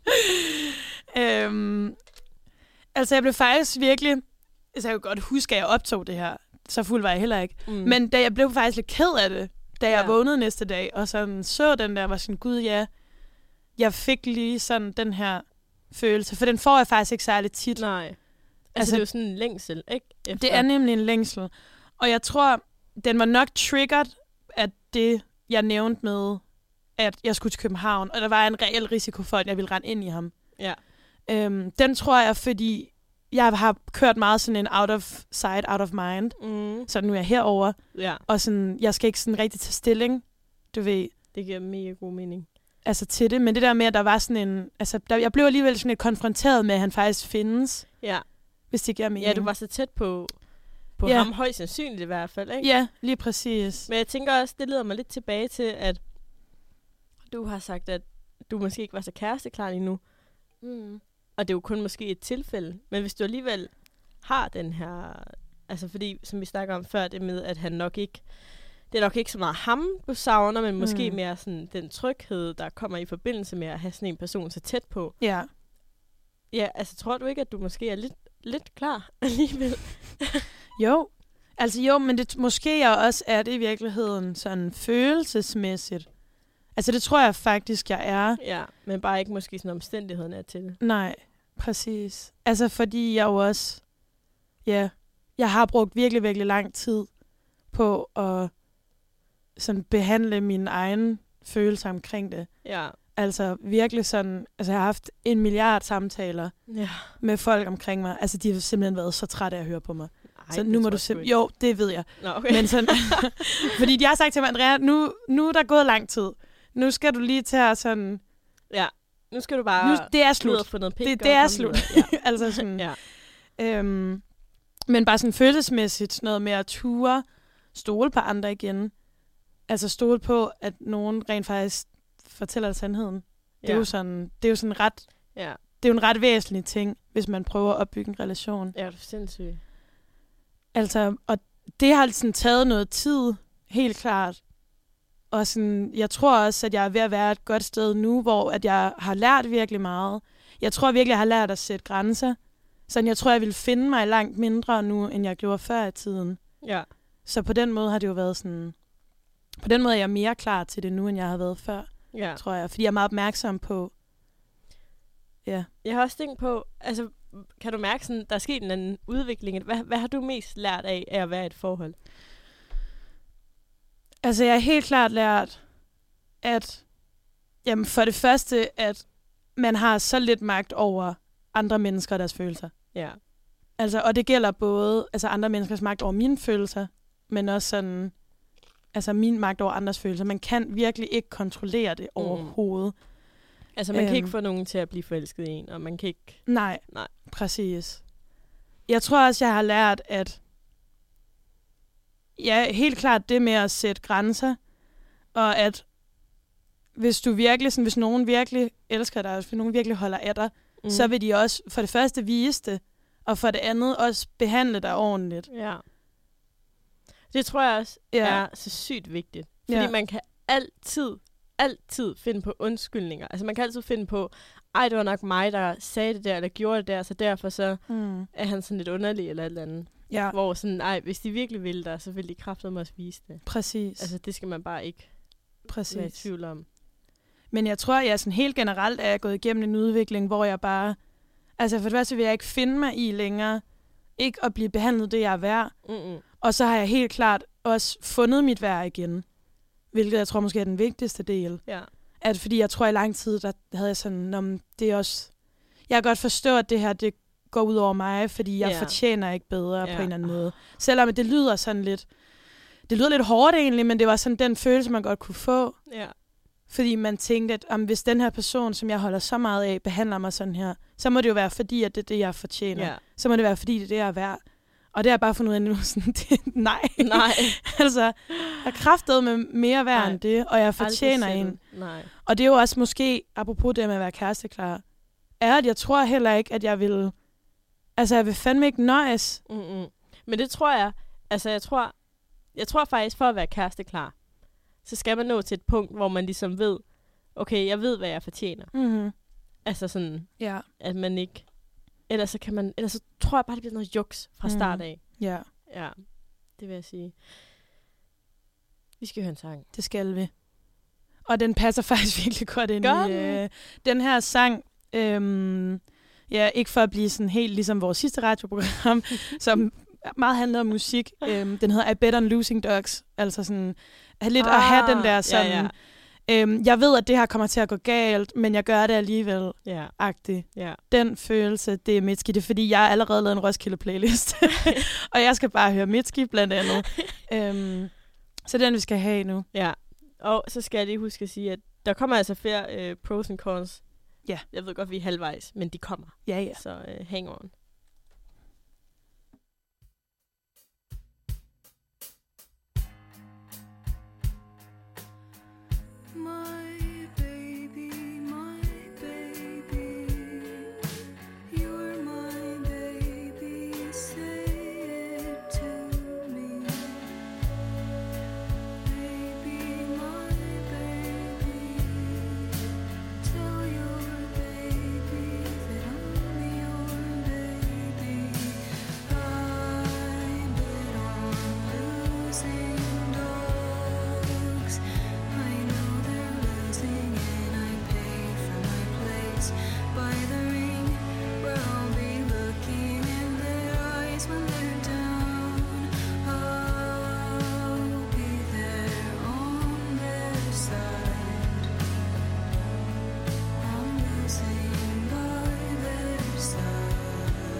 øhm, altså, jeg blev faktisk virkelig... Altså, jeg kan godt huske, at jeg optog det her. Så fuld var jeg heller ikke. Mm. Men da jeg blev faktisk lidt ked af det, da jeg ja. vågnede næste dag, og sådan så den der, var sådan, gud ja, jeg fik lige sådan den her følelse. For den får jeg faktisk ikke særlig tit. Nej. Altså, altså det er jo sådan en længsel, ikke? Efter. Det er nemlig en længsel. Og jeg tror, den var nok triggered af det, jeg nævnte med, at jeg skulle til København. Og der var en reel risiko for, at jeg ville rende ind i ham. Ja. Øhm, den tror jeg, fordi jeg har kørt meget sådan en out of sight, out of mind. Mm. Så nu er jeg herovre. Ja. Og sådan, jeg skal ikke sådan rigtig tage stilling, du ved. Det giver mega god mening. Altså til det. Men det der med, at der var sådan en... Altså, der, jeg blev alligevel sådan lidt konfronteret med, at han faktisk findes. Ja. Hvis det giver mening. Ja, du var så tæt på, på ja. ham, højst sandsynligt i hvert fald, ikke? Ja, lige præcis. Men jeg tænker også, det leder mig lidt tilbage til, at du har sagt, at du måske ikke var så kæresteklar endnu. Mm. Og det er jo kun måske et tilfælde. Men hvis du alligevel har den her... Altså fordi, som vi snakker om før, det med, at han nok ikke... Det er nok ikke så meget ham, du savner, men måske mm. mere sådan den tryghed, der kommer i forbindelse med at have sådan en person så tæt på. Ja. Ja, altså tror du ikke, at du måske er lidt, lidt klar alligevel? Jo. Altså jo, men det måske også er det i virkeligheden sådan følelsesmæssigt. Altså det tror jeg faktisk, jeg er. Ja, men bare ikke måske sådan omstændighederne er til. Nej, præcis. Altså fordi jeg jo også... Ja, jeg har brugt virkelig, virkelig lang tid på at sådan behandle mine egne følelser omkring det. Ja. Altså virkelig sådan... Altså jeg har haft en milliard samtaler ja. med folk omkring mig. Altså de har simpelthen været så trætte af at høre på mig. Ej, så nu må du simpelthen... Jo, det ved jeg. Nå, okay. Men sådan... fordi de har sagt til mig, Andrea, nu, nu er der gået lang tid. Nu skal du lige tage sådan... Ja, nu skal du bare... Nu, det er slut. Noget det, det er slut. Ja. altså sådan... ja. øhm, men bare sådan følelsesmæssigt sådan noget med at ture, stole på andre igen. Altså stole på, at nogen rent faktisk fortæller sandheden. Det, ja. er jo sådan, det er jo sådan ret... Ja. Det er jo en ret væsentlig ting, hvis man prøver at opbygge en relation. Ja, det er sindssygt. Altså, og det har sådan taget noget tid, helt klart. Og sådan, jeg tror også, at jeg er ved at være et godt sted nu, hvor at jeg har lært virkelig meget. Jeg tror virkelig, jeg har lært at sætte grænser. Så jeg tror, jeg vil finde mig langt mindre nu, end jeg gjorde før i tiden. Ja. Så på den måde har det jo været sådan... På den måde er jeg mere klar til det nu, end jeg har været før, ja. tror jeg. Fordi jeg er meget opmærksom på... Ja. Jeg har også tænkt på... Altså, kan du mærke, sådan, der er sket en anden udvikling? Hvad, hvad har du mest lært af, af at være i et forhold? Altså, jeg har helt klart lært, at... Jamen, for det første, at man har så lidt magt over andre mennesker og deres følelser. Ja. Altså, og det gælder både altså andre menneskers magt over mine følelser, men også sådan... Altså, min magt over andres følelser. Man kan virkelig ikke kontrollere det mm. overhovedet. Altså, man øhm, kan ikke få nogen til at blive forelsket i en, og man kan ikke... Nej, nej, præcis. Jeg tror også, jeg har lært, at... Ja, helt klart det med at sætte grænser, og at hvis du virkelig, sådan, hvis nogen virkelig elsker dig, hvis nogen virkelig holder af dig, mm. så vil de også for det første vise det, og for det andet også behandle dig ordentligt. Ja. Det tror jeg også ja. er så sygt vigtigt. Fordi ja. man kan altid altid finde på undskyldninger. Altså man kan altid finde på, ej, det var nok mig, der sagde det der, eller gjorde det der, så derfor så Mm. er han sådan lidt underlig eller et eller andet. Ja, Hvor sådan, ej, hvis de virkelig ville der, så ville de kraftedeme også vise det. præcis. Altså det skal man bare ikke være i præcis. tvivl om. Men jeg tror, jeg sådan helt generelt er gået igennem en udvikling, hvor jeg bare... Altså for det første vil jeg ikke finde mig i længere. Ikke at blive behandlet det, jeg er værd. Mm-mm. Og så har jeg helt klart også fundet mit værd igen. Hvilket jeg tror måske er den vigtigste del. Ja. At fordi jeg tror i lang tid, der havde jeg sådan, om det er også... Jeg kan godt forstå, at det her, det går ud over mig, fordi jeg Ja. fortjener ikke bedre Ja. på en eller anden måde. Selvom det lyder sådan lidt... Det lyder lidt hårdt egentlig, men det var sådan den følelse, man godt kunne få. Ja. Fordi man tænkte, at om hvis den her person, som jeg holder så meget af, behandler mig sådan her, så må det jo være fordi, at det er det, jeg fortjener. Ja. Så må det være fordi, det er det, jeg er værd. Og det har jeg bare fundet ud af nu. Sådan, det, nej. Nej. altså, jeg har kraftet med mere værd Nej. end det, og jeg fortjener Aldrig en. selv. Nej. Og det er jo også måske, apropos det med at være kæresteklar, er, at jeg tror heller ikke, at jeg vil... Altså, jeg vil fandme ikke nøjes. Mm-mm. Men det tror jeg, altså jeg tror, jeg tror faktisk, for at være kæresteklar, så skal man nå til et punkt, hvor man ligesom ved, okay, jeg ved, hvad jeg fortjener. Mm-hmm. Altså sådan, Ja, at man ikke... Ellers så kan man... Ellers så tror jeg bare, det bliver noget juks fra Mhm. start af. ja, Ja, det vil jeg sige. Vi skal høre en sang. det skal vi. Og den passer faktisk virkelig godt ind Gør i den? øh, den her sang. Øhm, ja, ikke for at blive sådan helt ligesom vores sidste radioprogram, som meget handler om musik. Øhm, den hedder I Bet on Losing Dogs. Altså sådan, lidt ah, at have den der sådan... Ja, ja. Øhm, jeg ved, at det her kommer til at gå galt, men jeg gør det alligevel. Ja, Agtigt. ja. Den følelse, det er Mitski. Det er fordi, jeg har allerede lavet en Roskilde-playlist. og jeg skal bare høre Mitski blandt andet. øhm, så den, vi skal have nu. Ja, og så skal jeg lige huske at sige, at der kommer altså flere øh, pros and cons. Ja. Jeg ved godt, vi er halvvejs, men de kommer. Ja, ja. Så øh, hang on. My baby, my baby, you're my baby, say it to me. Baby, my baby, tell your baby that I'm your baby. I bet on losing dogs. I know they're losing and I pay for my place by the ring where I'll be looking in their eyes when they're down. I'll be there on their side. I'm losing by their side.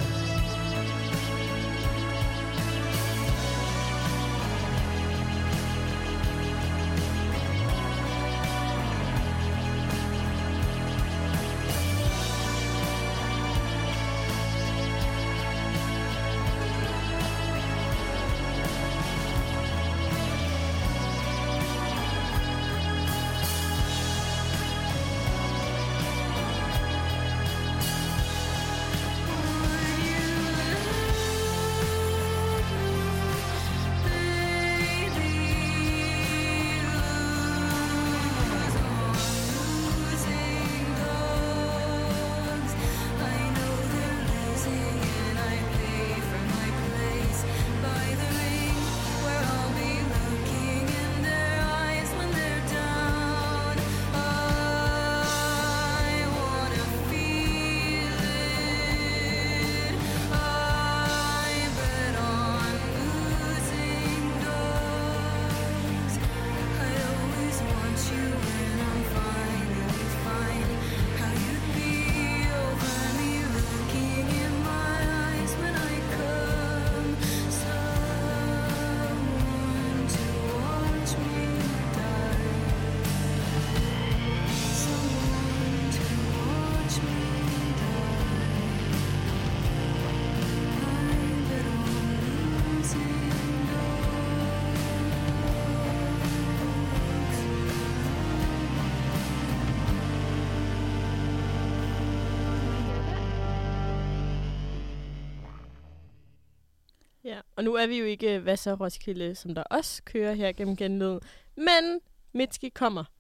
Ja, og nu er vi jo ikke øh, Hvad så Roskilde, som der også kører her gennem genlyd. Men Mitski kommer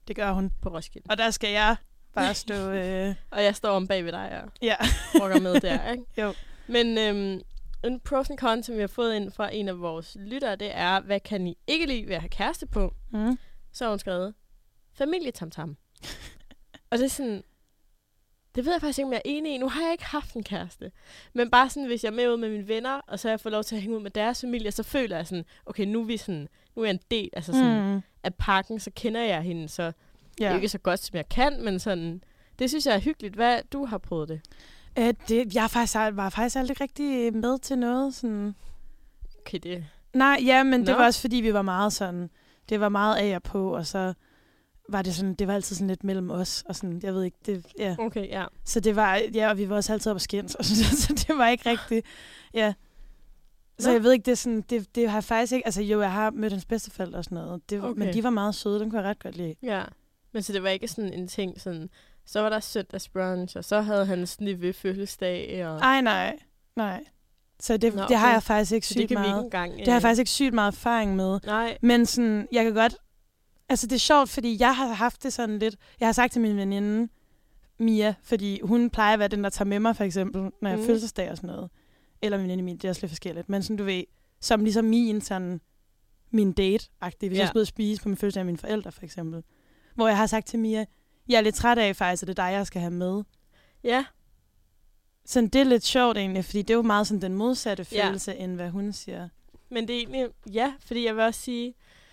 Det gør hun. på Roskilde. Og der skal jeg bare stå... Øh, Og jeg står om bag ved dig og ja. rocker med der, ikke? Jo. Men øhm, en pros and cons, som vi har fået ind fra en af vores lyttere, det er, hvad kan I ikke lide ved at have kæreste på? Mm. Så har hun skrevet, familietamtam. Og det er sådan, det ved jeg faktisk ikke, om jeg er enig i. Nu har jeg ikke haft en kæreste. Men bare sådan, hvis jeg er med ud med mine venner, og så har jeg fået lov til at hænge ud med deres familie, så føler jeg sådan, okay, nu er vi sådan, nu er jeg en del altså sådan, Mm. af pakken, så kender jeg hende, så ja. Det er Ja. jo ikke så godt, som jeg kan, men sådan, det synes jeg er hyggeligt. Hvad, du har prøvet det? Øh, det, jeg faktisk, var faktisk aldrig rigtig med til noget. Sådan. Okay, det... Nej, ja, men Nå. det var også fordi, vi var meget sådan... Det var meget af og på, og så var det sådan... Det var altid sådan lidt mellem os, og sådan... Jeg ved ikke, det... Ja. Okay, ja. Så det var... Ja, og vi var også altid op og skændes, og så, så det var ikke rigtigt... Ja. Så Nå. jeg ved ikke, det er sådan... Det, det har faktisk ikke... Altså jo, jeg har mødt hans bedsteforældre og sådan noget. Det, Okay. okay. Men de var meget søde, dem kunne jeg ret godt lide. Ja, men så det var ikke sådan en ting, sådan, så var der søndagsbrunch, og så havde han sådan en fødselsdag, og Ej, nej. Nej. Så det, Nå, det har okay. jeg faktisk ikke så det sygt kan vi ikke meget... engang... Det har jeg faktisk ikke sygt meget erfaring med. Nej, Men sådan, jeg kan godt... Altså, det er sjovt, fordi jeg har haft det sådan lidt... Jeg har sagt til min veninde, Mia, fordi hun plejer at være den, der tager med mig, for eksempel, når jeg har Mm. fødselsdag og sådan noget. Eller min veninde min, det er også lidt forskelligt. Men sådan, du ved, som ligesom min, sådan, min date-agtig. Hvis Ja. jeg skulle ud og spise på min fødselsdag af mine forældre, for eksempel. Hvor jeg har sagt til Mia, jeg er lidt træt af faktisk, at det er dig, jeg skal have med. ja, Sådan, det er lidt sjovt egentlig, fordi det er jo meget sådan den modsatte Ja. følelse, end hvad hun siger. men det er egentlig... Ja, fordi jeg vil også sige...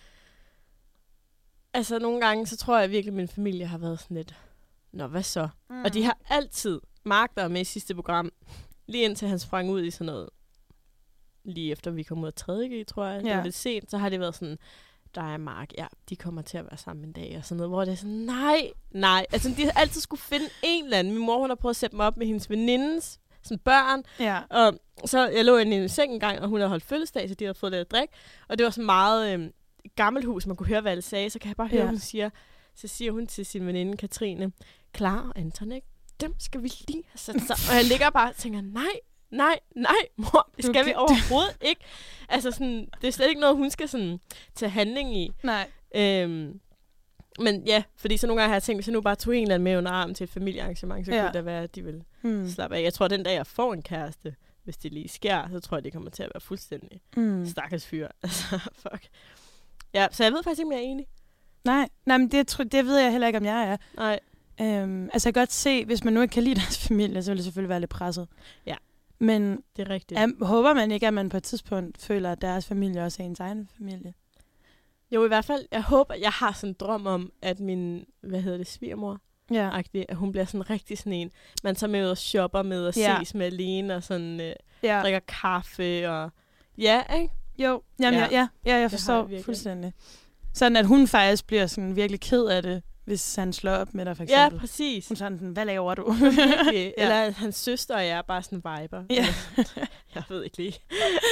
Altså, nogle gange, så tror jeg virkelig, at min familie har været sådan lidt... Nå, hvad så? Mm. Og de har altid... Mark, der var med i sidste program, lige indtil han sprang ud i sådan noget... Lige efter vi kom ud af tredje G, tror jeg. Det Ja. var lidt sent, så har det været sådan... Der er Mark, ja, de kommer til at være sammen en dag, og sådan noget, hvor det er sådan, nej, nej. Altså, de har altid skulle finde en eller anden. Min mor, hun har prøvet at sætte mig op med hendes venindes sådan børn, Ja. og så jeg lå inde i en seng en gang, og hun havde holdt fødselsdag, så de havde fået lidt at drikke, og det var så meget øh, gammelt hus, man kunne høre, hvad alle sagde, så kan jeg bare høre, Ja. hun siger, så siger hun til sin veninde Katrine, Clara og Anton, ikke? Dem skal vi lige have sat sammen. Og jeg ligger bare og tænker, nej, nej, nej, mor, det skal Du- vi overhovedet ikke. Altså sådan, det er slet ikke noget, hun skal sådan tage handling i. Nej. Øhm, men ja, fordi så nogle gange har jeg tænkt, hvis jeg nu bare tog en eller anden med under armen til et familiearrangement, så Ja. kunne det da være, at de ville Hmm. slappe af. Jeg tror, at den dag, jeg får en kæreste, hvis det lige sker, så tror jeg, det kommer til at være fuldstændig Hmm. stakkels fyr. Altså, fuck. Ja, så jeg ved faktisk ikke, om jeg er enig. Nej, nej, men det, tro- det ved jeg heller ikke, om jeg er. Nej. Øhm, altså jeg kan godt se, hvis man nu ikke kan lide deres familie, så vil det selvfølgelig være lidt presset. Ja. Men Det er rigtigt. am, håber man ikke, at man på et tidspunkt føler, at deres familie også er ens egen familie? Jo, i hvert fald, jeg håber, jeg har sådan en drøm om, at min, hvad hedder det, svigermor, Ja. agtig, at hun bliver sådan rigtig sådan en, man tager med ud og shopper med og Ja. ses med alene og sådan øh, Ja. drikker kaffe og ja, ikke? Jo, jamen, Ja. ja. Ja, ja, jeg har forstår jeg virkelig. fuldstændig. Sådan, at hun faktisk bliver sådan virkelig ked af det, hvis han slår op med dig, for Ja, eksempel. præcis. Hun er sådan, hvad laver du? Virkelig. Ja. Eller at hans søster og jeg er bare sådan viber. Ja. Jeg ved ikke lige.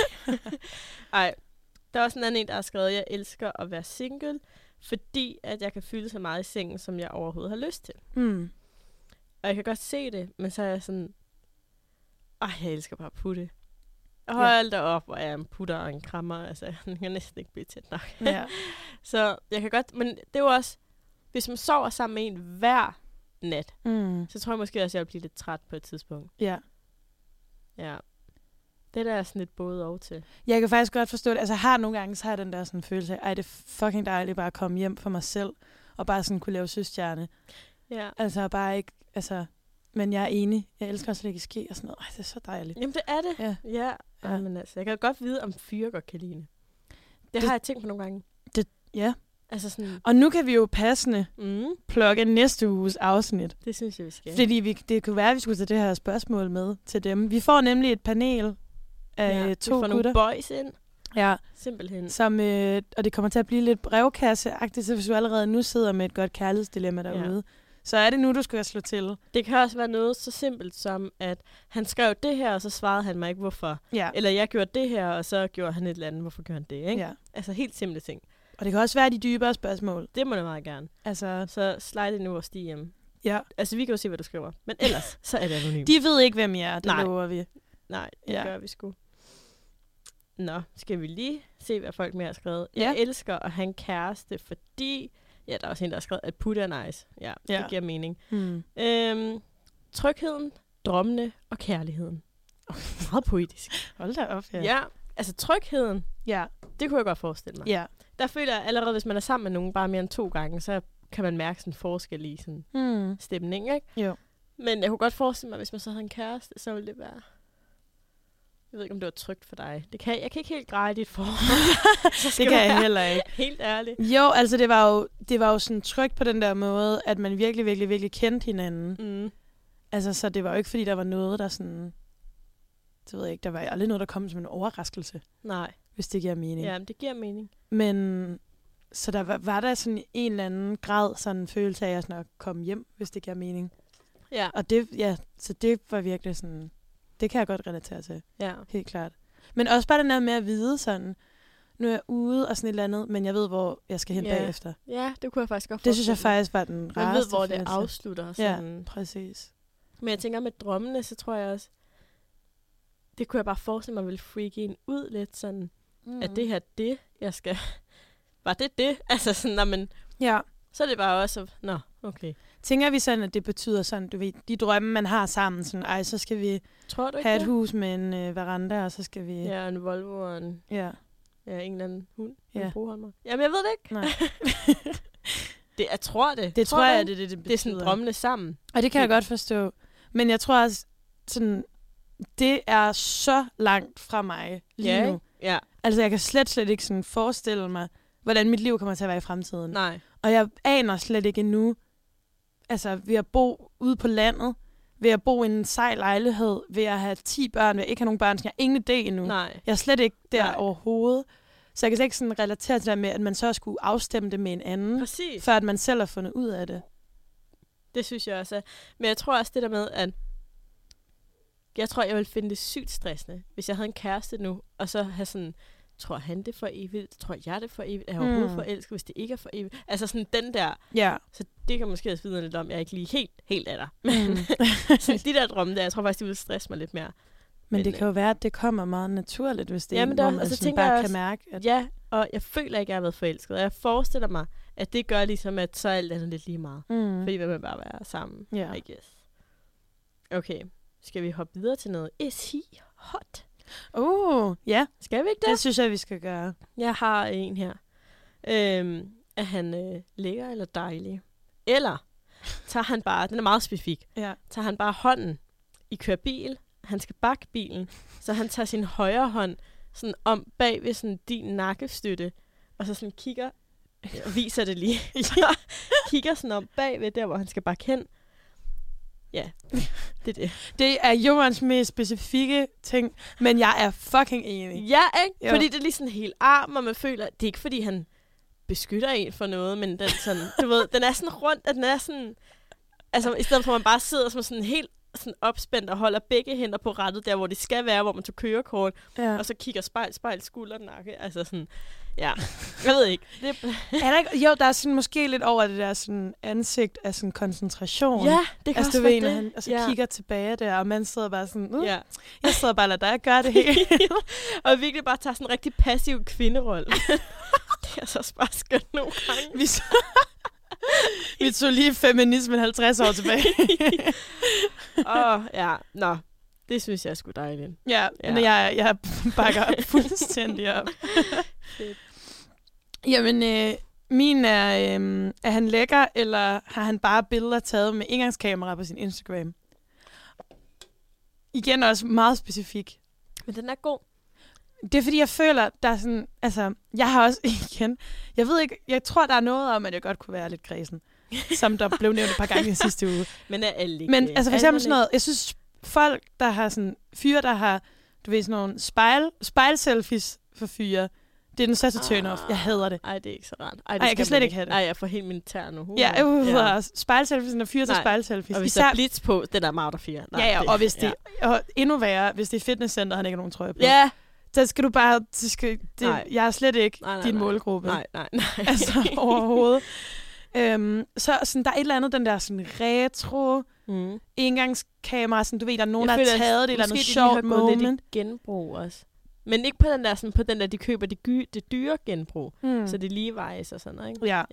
Ej, der er også en anden en, der har skrevet, at jeg elsker at være single, fordi at jeg kan fylde så meget i sengen, som jeg overhovedet har lyst til. Hmm. Og jeg kan godt se det, men så er jeg sådan, ej, jeg elsker bare at putte. Ja. Hold da op, hvor er jeg en putter og en krammer. Altså, jeg kan næsten ikke blive tæt nok. Ja. Så jeg kan godt, men det er jo også, hvis man sover sammen med en hver nat, Mm. så tror jeg måske også, at jeg vil blive lidt træt på et tidspunkt. Ja. Ja. Det der er sådan lidt både og til. Jeg kan faktisk godt forstå det. Altså, jeg har nogle gange, så har jeg den der sådan følelse af, ej, det er fucking dejligt bare at komme hjem for mig selv, og bare sådan kunne lave søstjerne. Ja. Altså, bare ikke, altså, men jeg er enig. Jeg elsker også at lægge ski og sådan noget. Ej, det er så dejligt. Jamen, det er det. Ja. Ja. Ja. ja. Men altså, jeg kan godt vide, om fyre godt kan lide det. Det, Det- har jeg tænkt på nogle gange. Ja. Altså sådan, Og nu kan vi jo passende mm, plukke næste uges afsnit. det synes jeg, vi skal. Fordi vi, det kunne være, at vi skulle tage det her spørgsmål med til dem. Vi får nemlig et panel af ja, ja, vi to får nogle gutter. boys ind. Ja, Simpelthen. som, øh, og det kommer til at blive lidt brevkasse-agtigt, så hvis du allerede nu sidder med et godt kærlighedsdilemma derude, ja. så er det nu, du skal slå til. Det kan også være noget så simpelt som, at han skrev det her, og så svarede han mig ikke, hvorfor. Ja. Eller jeg gjorde det her, og så gjorde han et eller andet. Hvorfor gjorde han det, ikke? ja. Altså helt simple ting. Og det kan også være de dybere spørgsmål. Det må jeg meget gerne. Altså, Så slide ind i vores D M. ja. Altså, vi kan jo se, hvad du skriver. Men ellers, så er det anonymt. De ved ikke, hvem jeg er, det Nej. lover vi. Nej, det Ja. ja. gør vi sgu. Nå, skal vi lige se, hvad folk mere har skrevet. Ja. Jeg elsker at have en kæreste, fordi Ja, der er også en, der har skrevet, at putte er nice. Ja, Ja. det giver mening. Hmm. Øhm, trygheden, drømmene og kærligheden. Meget poetisk. Hold da op, ja. Ja. ja, altså trygheden, Ja. det kunne jeg godt forestille mig. Ja. Der føler jeg allerede, hvis man er sammen med nogen bare mere end to gange, så kan man mærke sådan en forskel i sådan Hmm. stemning, ikke? Jo. Men jeg kunne godt forestille mig, hvis man så havde en kæreste, så ville det være... Jeg ved ikke, om det var trygt for dig. Det kan, jeg kan ikke helt greje dit forhold. Så skal Det kan jeg jeg være heller ikke. Helt ærligt. Jo, altså det var jo, det var jo sådan trygt på den der måde, at man virkelig, virkelig, virkelig kendte hinanden. Mm. Altså, så det var jo ikke, fordi der var noget, der sådan... Det ved jeg ikke, der var aldrig noget, der kom som en overraskelse, Nej. hvis det giver mening. Ja, men det giver mening. Men så der var, var der sådan en eller anden grad sådan en følelse af at, sådan at komme hjem, hvis det giver mening. Ja. Og det, ja, så det var virkelig sådan... Det kan jeg godt relatere til, Ja. helt klart. Men også bare den der med at vide sådan... Nu er jeg ude og sådan et eller andet, men jeg ved, hvor jeg skal hen Ja. bagefter. Ja, det kunne jeg faktisk godt Det synes jeg forestille mig. faktisk var den rareste Man ved, hvor det følelse. afslutter. Ja, Sådan. præcis. Men jeg tænker, med drømmene, så tror jeg også... Det kunne jeg bare forestille mig, ville freake en ud lidt sådan... Mm. At det her det, jeg skal... Var det det? Altså sådan, når man... Ja. Så er det bare også... Nå, okay. Tænker vi sådan, at det betyder sådan, du ved, de drømme, man har sammen, sådan, ej, så skal vi Tror du ikke have et det? hus med en øh, veranda, og så skal vi... Ja, en Volvo og en, Ja. ja, en eller anden hund. Ja. En broholmer. Jamen, jeg ved det ikke. Nej. Det, jeg tror det. Det tror jeg, du det er det, det Det betyder. er sådan drømmene sammen. Og det kan jeg godt forstå. Men jeg tror også, sådan, det er så langt fra mig lige Ja, nu. ikke? Ja, Altså, jeg kan slet, slet ikke sådan forestille mig, hvordan mit liv kommer til at være i fremtiden. nej. Og jeg aner slet ikke endnu, altså ved at bo ude på landet, ved at bo i en sej lejlighed, ved at have ti børn, ved at ikke have nogen børn, så jeg har ingen idé endnu. Nej. Jeg er slet ikke der Nej. overhovedet. Så jeg kan slet ikke sådan relatere til det med, at man så skulle afstemme det med en anden, Præcis. før at man selv har fundet ud af det. Det synes jeg også. er- Men jeg tror også det der med, at jeg tror, jeg ville finde det sygt stressende, hvis jeg havde en kæreste nu, og så have sådan, tror han det for evigt? Tror jeg det for evigt? Er jeg overhovedet Mm. forelsket, hvis det ikke er for evigt? Altså sådan den der, Ja. så det kan måske også vide lidt om, jeg er ikke lige helt, helt af dig. Men Mm. så de der drømme der, jeg tror faktisk, de ville stresse mig lidt mere. Men Men, det kan jo være, at det kommer meget naturligt, hvis det er Jamen, en, der- hvor man og så sådan tænker bare jeg kan også- mærke, at... Ja, og jeg føler ikke, at jeg har været forelsket, og jeg forestiller mig, at det gør ligesom, at så er alt andet lidt lige meget. Mm. Fordi vi vil bare være sammen, Ja. I guess. Okay, skal vi hoppe videre til noget? Is he hot? Uh, ja, Skal vi ikke det? det synes jeg, vi skal gøre. Jeg har en her. Øhm, er han øh, lækker eller dejlig? Eller tager han bare, den er meget specifik, Ja. tager han bare hånden, I kører bil, han skal bakke bilen, så han tager sin højre hånd sådan om bag ved sådan din nakkestøtte, og så sådan kigger, og viser det lige, så kigger sådan om bag ved der, hvor han skal bakke hen. Ja, det er det. Det er Jordens mest specifikke ting, men jeg er fucking enig. Ja, ikke? Jo. Fordi det er lige sådan helt arm, og man føler, det er ikke fordi, han beskytter en for noget, men den, sådan, du ved, den er sådan rundt, at den er sådan... Altså, i stedet for, at man bare sidder som sådan helt sådan opspændt og holder begge hænder på rettet, der hvor det skal være, hvor man tog kørekort, Ja. og så kigger spejl, spejl, skulder, nakke. Altså sådan, ja, jeg ved ikke. Det, Er der ikke, jo, der er sådan måske lidt over det der sådan ansigt af sådan koncentration. ja, det kan Altså, også du være ved, når det. han, og så ja. kigger tilbage der, og man sidder bare sådan, uh, ja. Ja. jeg sidder bare og lader dig gøre det hele. Og virkelig bare tager sådan en rigtig passiv kvinderolle. Det er så også bare skønt nogle gange. vi, så, vi tog lige feminismen halvtreds år tilbage. Åh, oh, ja, nå. Det synes jeg er sgu dejligt. ja, Ja. men jeg, jeg bakker op fuldstændig op. Fedt. Jamen, øh, min er, øh, er han lækker, eller har han bare billeder taget med indgangskamera på sin Instagram? Igen også meget specifik. Men den er god. Det er fordi, jeg føler, der er sådan... Altså, jeg har også igen... Jeg ved ikke... Jeg tror, der er noget om, at jeg godt kunne være lidt kredsen. Som der blev nævnt et par gange i sidste uge. Men er alle ikke Men det? altså for Er eksempel man sådan noget... Jeg synes, folk, der har sådan... Fyre, der har... Du ved, sådan nogle spejl, spejl-selfies for fyre. Det er den største turn-off. Jeg hader det. Ej, det er ikke så rart. Ej, jeg kan slet ikke have det. Ej, jeg får helt min tær nu. Uh, Ja, jeg hedder også spejl-selfies, når fyre til Nej. spejl-selfies. Og hvis Især- der er blitz på, det der er meget der fire. Ja, ja, og hvis det, og endnu værre, hvis det er fitnesscenter, han ikke har nogen trøje på. Ja. Så skal du bare, så skal, det, Nej. jeg er slet ikke Nej, nej, din nej. målgruppe. Nej, nej, nej. Altså overhovedet. øhm, så sådan, der er et eller andet, den der sådan retro Mm. engangskamera, sådan, du ved, der er nogen, Jeg der føler, har taget det, eller måske noget de sjovt lige har gået moment. lidt i genbrug også. Men ikke på den der, sådan, på den der, de køber det, gy- det dyre genbrug. Mm. Mm. Så det er Levi's og sådan noget, ikke? Ja. Ja.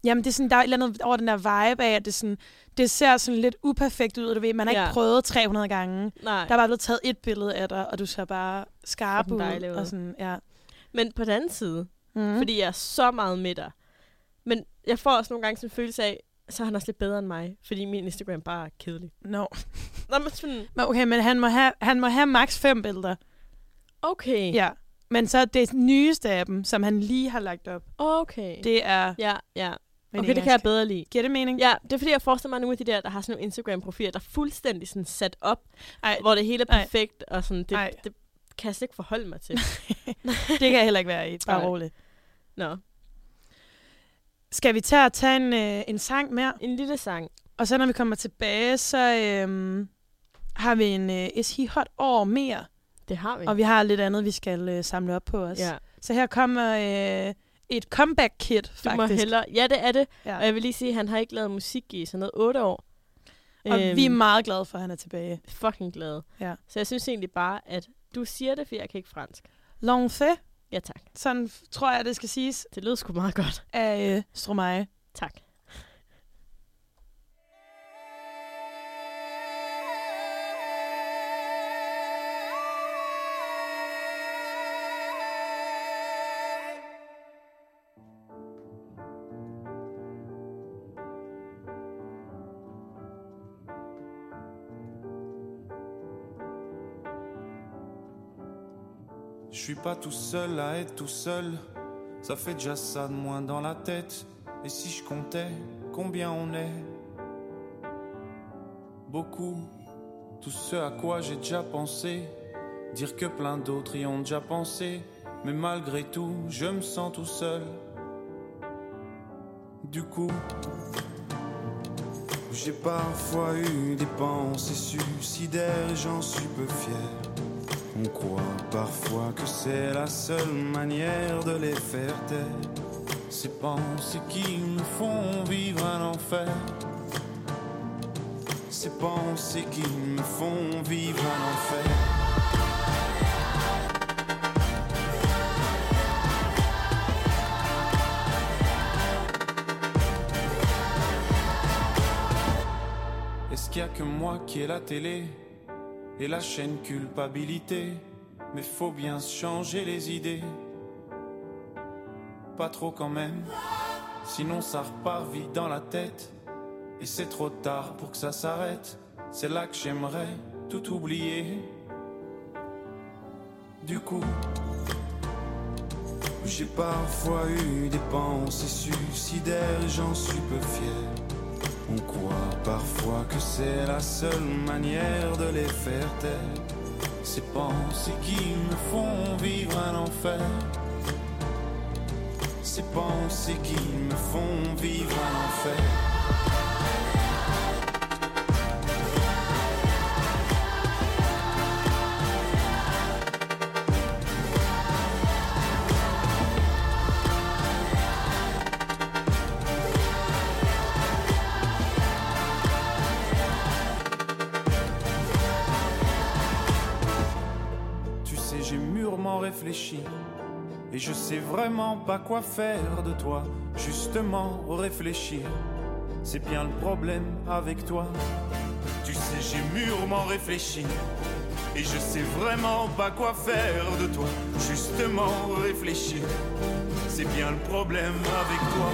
Jamen, det er sådan, der er et eller andet over den der vibe af, at det, sådan, det ser sådan lidt uperfekt ud, du ved. Man har Ja. ikke prøvet tre hundrede gange. Nej. Der er bare blevet taget et billede af dig, og du ser bare skarp Fucking ud. dejlig ud. Og sådan, ja. Men på den anden side, Mm. mm. fordi jeg er så meget med dig. Men jeg får også nogle gange sådan en følelse af, så er han også lidt bedre end mig, fordi min Instagram bare er kedelig. No. Nå, men sådan, Men okay, men han må have, han må have maks fem billeder. okay. Ja. Men så det nyeste af dem, som han lige har lagt op, Okay. det er... Ja, ja. Men Okay, det kan jeg bedre lide. Giver det mening? Ja, det er fordi, jeg forestiller mig nogle af de der, der har sådan nogle Instagram-profiler, der er fuldstændig sådan sat op, Ej, hvor det hele er Ej. perfekt, og sådan, det, Ej. det kan jeg slet ikke forholde mig til. det kan jeg heller ikke være i. Bare Nej. roligt. Nå, Skal vi tage og tage en, øh, en sang mere? en lille sang. Og så når vi kommer tilbage, så øhm, har vi en øh, Is He Hot år mere. Det har vi. Og vi har lidt andet, vi skal øh, samle op på os. Ja. Så her kommer øh, et comeback-kit, Du må faktisk. hellere... Ja, det er det. Ja. Og jeg vil lige sige, at han har ikke lavet musik i sådan noget otte år. Og vi er meget glade for, at han er tilbage. fucking glade. Ja. Så jeg synes egentlig bare, at du siger det, for jeg kan ikke fransk. L'enfer, Ja, tak. sådan tror jeg, det skal siges, Det lød sgu meget godt. af øh, Stromae. Tak. Je suis pas tout seul à être tout seul. Ça fait déjà ça de moins dans la tête. Et si je comptais combien on est? Beaucoup. Tout ce à quoi j'ai déjà pensé. Dire que plein d'autres y ont déjà pensé. Mais malgré tout, je me sens tout seul. Du coup, j'ai parfois eu des pensées suicidaires et j'en suis peu fier. On croit parfois que c'est la seule manière de les faire taire. Ces pensées qui me font vivre un enfer. Ces pensées qui me font vivre un enfer. Est-ce qu'il y a que moi qui ai la télé et la chaîne culpabilité? Mais faut bien se changer les idées. Pas trop quand même, sinon ça repart vite dans la tête. Et c'est trop tard pour que ça s'arrête. C'est là que j'aimerais tout oublier. Du coup, j'ai parfois eu des pensées suicidaires et j'en suis peu fier. On croit parfois que c'est la seule manière de les faire taire. Ces pensées qui me font vivre un enfer. Ces pensées qui me font vivre un enfer. J'ai mûrement réfléchi et je sais vraiment pas quoi faire de toi. Justement réfléchir, c'est bien le problème avec toi. Tu sais j'ai mûrement réfléchi et je sais vraiment pas quoi faire de toi. Justement réfléchir, c'est bien le problème avec toi.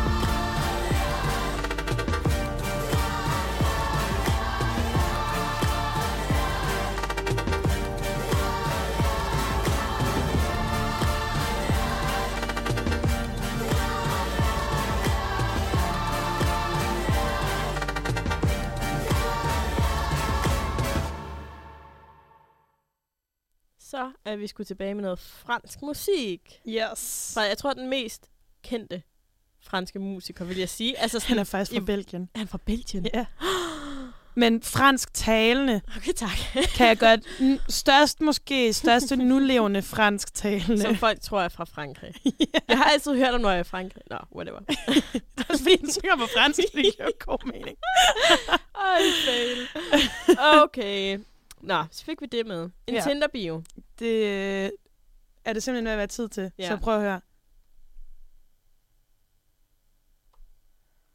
Så er vi sgu tilbage med noget fransk musik. Yes. Fra, jeg tror, den mest kendte franske musiker, vil jeg sige. Altså, sådan, Han er faktisk fra i- Belgien. Er han fra Belgien? Ja. Men fransk talende Okay, tak. kan jeg godt... n- Størst måske, største nulevende fransk talende. Som folk tror er fra Frankrig. Jeg har altid hørt om, når jeg er i Frankrig. Nå, whatever. Det er også fordi, den synger på fransk, det giver jo god mening. Ej, fail. Okay. Nå, så fik vi det med. En Ja. ja. Tinder-bio. Det er det simpelthen ved at være tid til. Ja. Så prøv at høre.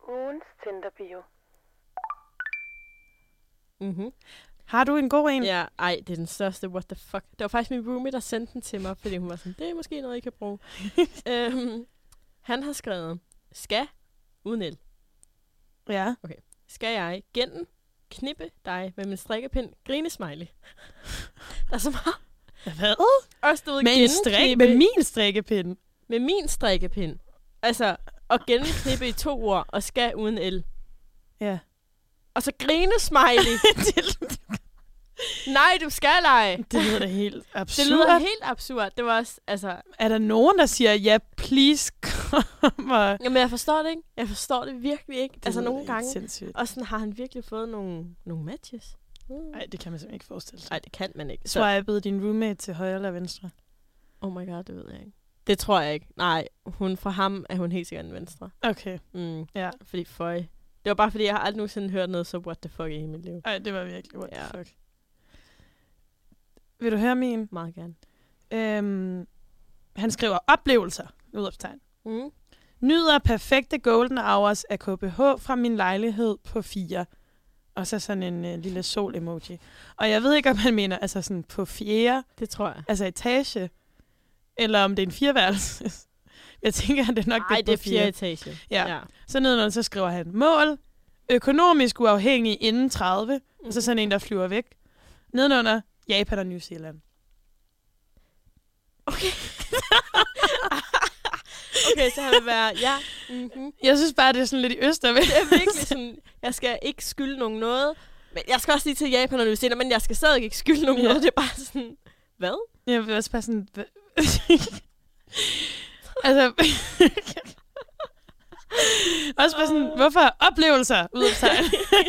Ugens Tinder-bio. Mhm. Har du en god en? Ja, ej, det er den største what the fuck. Det var faktisk min roomie, der sendte den til mig, fordi hun var sådan, det er måske noget, I kan bruge. øhm, han har skrevet, skal, uden el, Ja. skal jeg gennem knippe dig med min strikkepind, grinesmiley. Der er så meget. Hvad? Også du ved, Med en strik, gennemknippe- med min strikkepind. med min strikkepind. Altså, at gennemknippe i to ord, og skal uden el. Ja. Og så grinesmiley. Nej, du skal ej. Det lyder da helt absurd. Det lyder helt absurd. Det var også, altså... Er der nogen, der siger, ja, please, kom og... Jamen, jeg forstår det ikke. Jeg forstår det virkelig ikke. Det altså, lyder nogle helt gange. sindssygt. Og sådan har han virkelig fået nogle, nogle matches. Mm. Nej, det kan man simpelthen ikke forestille sig. Nej, det kan man ikke. Så er jeg blevet din roommate til højre eller venstre? Oh my god, det ved jeg ikke. Det tror jeg ikke. Nej, hun fra ham er hun helt sikkert en venstre. Okay, Mm. ja. Fordi føj. Det var bare fordi, jeg har aldrig nogensinde hørt noget så what the fuck i hele mit liv. Ej, det var virkelig what Ja. the fuck. Vil du høre min? Meget gerne. Øhm, han skriver oplevelser, udopstegn. Mm. Nyder perfekte golden hours af K B H fra min lejlighed på fire. Og så sådan en øh, lille sol-emoji. Og jeg ved ikke, om han mener altså sådan på fjerde, Det tror jeg. altså etage, eller om det er en fireværelse. Jeg tænker, at det er nok Nej, det, det er på fjerde etage. Ja. ja. Så nedenunder, så skriver han mål, økonomisk uafhængig inden tredive, mm. og så sådan en, der flyver væk. Nedenunder, Japan og New Zealand. Okay. okay, så han vil være, ja. Mm-hmm. Jeg synes bare, det er sådan lidt i øst og vest. Det er virkelig sådan, jeg skal ikke skylde nogen noget. Men jeg skal også lige til Japan og New Zealand, men jeg skal stadig ikke skylde nogen Ja. noget. Det er bare sådan, hvad? Jeg vil også bare sådan... altså... også bare sådan, hvorfor oplevelser ud af sig?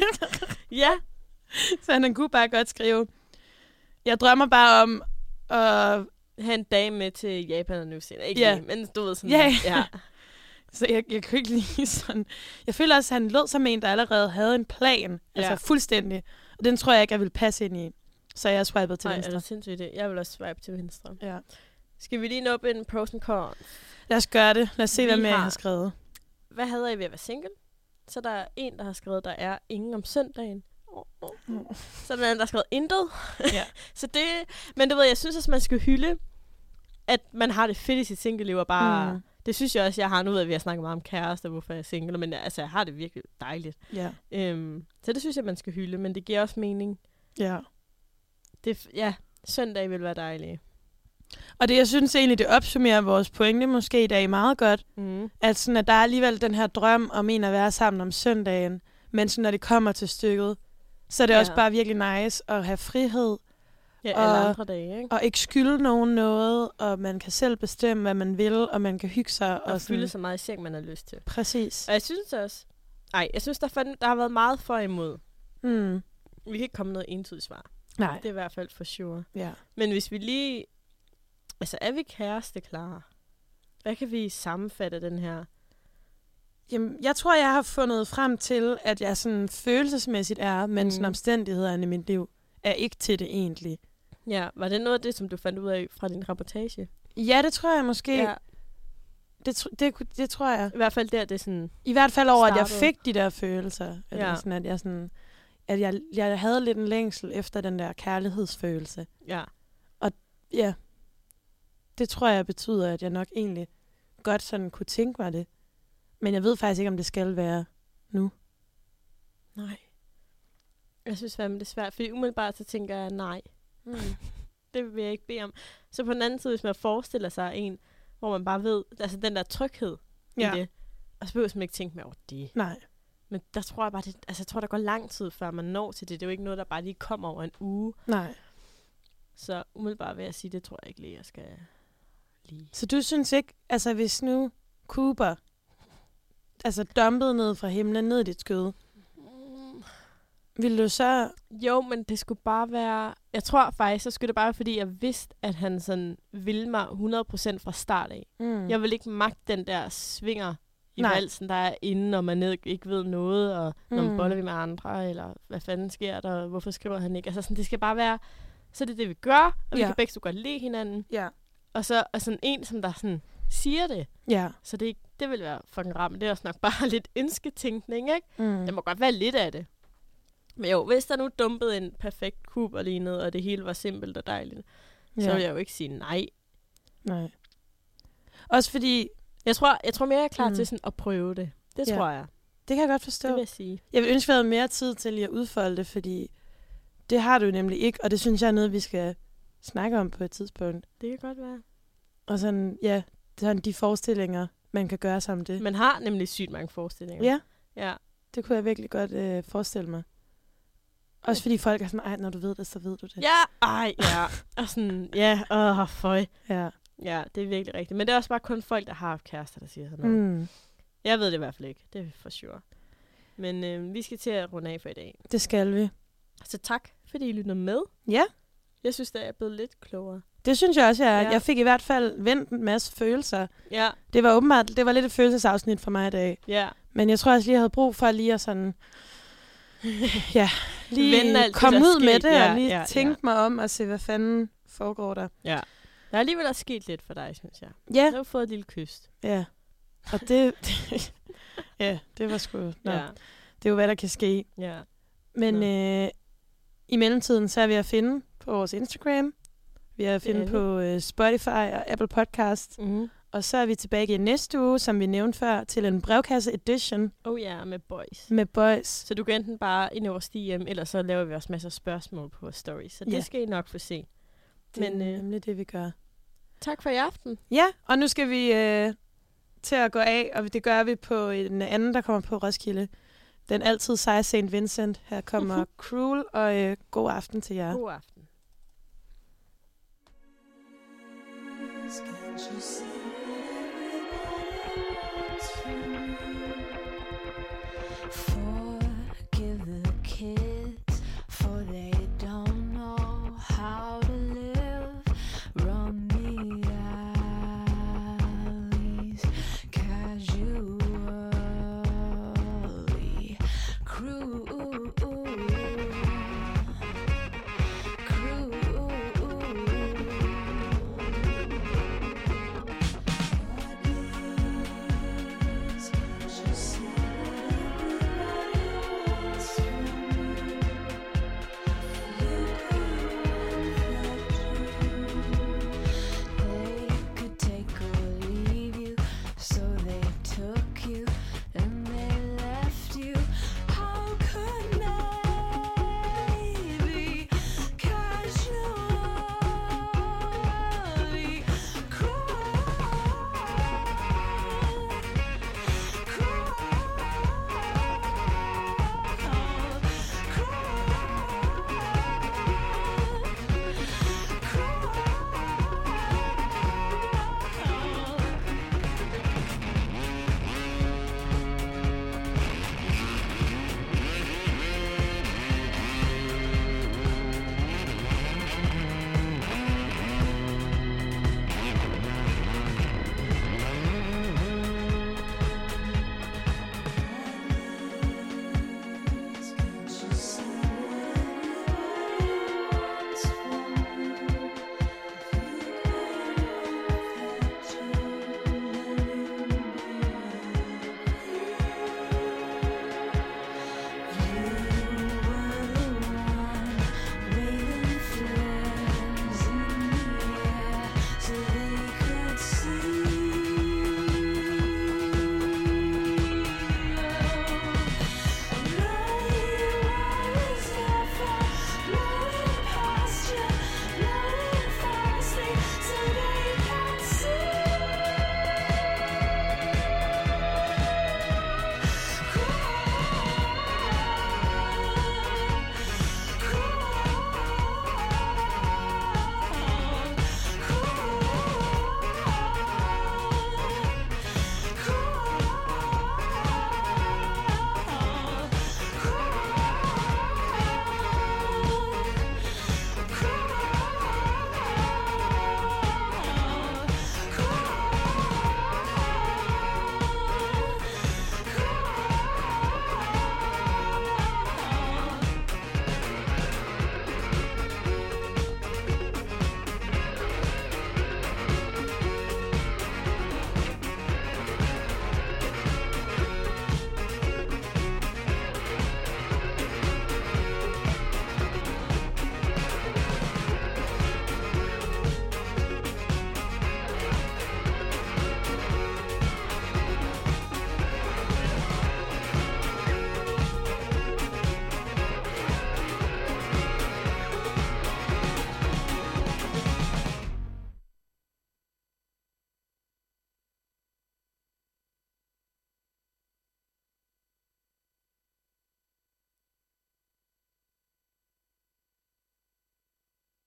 Ja. Så han kunne bare godt skrive, jeg drømmer bare om at... have en dag med til Japan og New Zealand. Ikke Ja. lige, men du ved sådan. Ja, ja. Så jeg, jeg kunne ikke lige sådan... Jeg føler også, at han lød som en, der allerede havde en plan. Altså Ja. fuldstændig. Og den tror jeg ikke, jeg vil passe ind i. Så jeg er swipet til Nej, er venstre. det sindssygt det? Jeg vil også swipe til venstre. Ja. Skal vi lige nå op en pros and cons? Lad os gøre det. Lad os se, Vi hvad mere jeg har- har skrevet. Hvad havde I ved at være single? Så der er en, der har skrevet, der er ingen om søndagen. Oh, oh. Så er der en anden, der har skrevet intet. Ja. Så det... Men du ved, jeg synes også, man skal hylde, at man har det fedt i sit single-liv, og bare... Mm. Mm. Det synes jeg også, jeg har nu, at vi har snakket meget om kærester, hvorfor jeg er single, men altså, jeg har det virkelig dejligt. Ja. Øhm, så det synes jeg, man skal hylde, men det giver også mening. Ja. Det, f- ja, søndag vil være dejlig. Og det, jeg synes egentlig, det opsummerer vores pointe måske i dag meget godt. Mm. At, sådan, at der er alligevel den her drøm om en at være sammen om søndagen. Men så når det kommer til stykket, så er det Ja. også bare virkelig nice at have frihed. Ja, alle Og- andre dage, ikke? Og ikke skylde nogen noget. Og man kan selv bestemme, hvad man vil. Og man kan hygge sig. Og, Og, og fylde sådan. så meget i seng, man har lyst til. Præcis. Og jeg synes også... Ej, jeg synes, der, fand, der har været meget for og imod. Mm. Vi kan ikke komme med noget entydigt svar. Nej. Det er i hvert fald for sure. Ja. Men hvis vi lige... Altså, er vi kæreste klar? Hvad kan vi sammenfatte den her? Jamen, jeg tror, jeg har fundet frem til, at jeg sådan følelsesmæssigt er, men Mm. sådan omstændighederne i mit liv er ikke til det egentlig. Ja, var det noget af det, som du fandt ud af fra din reportage? Ja, det tror jeg måske. Ja, Det, tr- det, kunne- det tror jeg. i hvert fald der, det er sådan... I hvert fald over, at jeg Startede. fik de der følelser. Eller Ja. sådan, at jeg sådan... At jeg, jeg havde lidt en længsel efter den der kærlighedsfølelse. Ja, Ja. Det tror jeg betyder, at jeg nok egentlig godt sådan kunne tænke mig det. Men jeg ved faktisk ikke, om det skal være nu. nej. Jeg synes fandme, det er svært, fordi umiddelbart så tænker jeg, nej. Mm. Det vil jeg ikke bede om. Så på den anden side, hvis man forestiller sig en, hvor man bare ved, altså den der tryghed Ja. i det, og så behøver man ikke tænke mere over det. Nej. Men der tror jeg bare, det, altså jeg tror, der går lang tid, før man når til det. Det er jo ikke noget, der bare lige kommer over en uge. Nej. Så umiddelbart vil jeg sige, det tror jeg ikke lige, jeg skal lige. Så du synes ikke, altså hvis nu Cooper altså dumpede ned fra himlen, ned i dit skød, ville du så... Jo, men det skulle bare være... Jeg tror faktisk, så skulle det bare være, fordi jeg vidste, at han sådan ville mig hundrede procent fra start af. Mm. Jeg vil ikke magte den der svinger i Nej. valsen, der er inde, når man ned, ikke ved noget, og når man Mm. boller vi med andre, eller hvad fanden sker der, og hvorfor skriver han ikke? Altså sådan, det skal bare være... Så er det det, vi gør, og vi Ja. kan begge så godt lide hinanden. Ja. Og så og sådan en, som der sådan siger det. Ja. Så det, det vil være fucking ramt. Det er også nok bare lidt ønsketænkning, ikke? Mm. Det må godt være lidt af det. Men jo, hvis der nu dumpede en perfekt kub og lignede, og det hele var simpelt og dejligt, ja. så vil jeg jo ikke sige nej. Nej. Også fordi... Jeg tror, jeg tror mere, jeg er klar Mm. til sådan at prøve det. Det Ja. tror jeg. Det kan jeg godt forstå. Det vil jeg sige. Jeg vil ønske, at jeg havde mere tid til lige at udfolde det, fordi det har du nemlig ikke, og det synes jeg er noget, vi skal snakke om på et tidspunkt. Det kan godt være. Og sådan, ja, sådan de forestillinger, man kan gøre sammen det. Man har nemlig sygt mange forestillinger. Ja, Ja. det kunne jeg virkelig godt øh, forestille mig. Også fordi folk er sådan, ej, når du ved det, så ved du det. Ja, ej, ja. Og sådan, ja, åh, føj. Ja. Ja, det er virkelig rigtigt. Men det er også bare kun folk, der har haft kærester, der siger sådan noget. Mm, Jeg ved det i hvert fald ikke. Det er for sure. Men øh, vi skal til at runde af for i dag. det skal vi. Så tak, fordi I lytter med. Ja, Jeg synes, at jeg er blevet lidt klogere. det synes jeg også, jeg er. Ja. Jeg fik i hvert fald vendt en masse følelser. Ja, Det var åbenbart, det var lidt et følelsesafsnit for mig i dag. ja. Men jeg tror også lige, jeg havde brug for lige at sådan... ja, lige Vende alt det, komme der er ud med sket. det, Ja, og lige ja, ja. tænke mig om og se, hvad fanden foregår der. Ja. Der er alligevel også sket lidt for dig, synes jeg. Ja, Du har fået et lille kyst. ja. Og det... ja, det var sgu... Nå, Ja. det er jo, hvad der kan ske. Ja. Men Nå. øh, i mellemtiden, så er vi at finde på vores Instagram. Vi er at Det er finde vi. på øh, Spotify og Apple Podcast. Mm-hmm. Og så er vi tilbage igen næste uge, som vi nævnte før, til en brevkasse edition Oh ja, yeah, med boys. med boys. Så du kan enten bare ind i vores D M, eller så laver vi også masser af spørgsmål på vores stories. Så det Ja. skal I nok få se. Det Men er øh, nemlig det, vi gør. tak for i aften. Ja, og nu skal vi øh, til at gå af, og det gør vi på en anden, der kommer på Roskilde. Den altid seje Saint Vincent. Her kommer Cruel, og øh, god aften til jer. God aften. Can't you see everybody wants you? For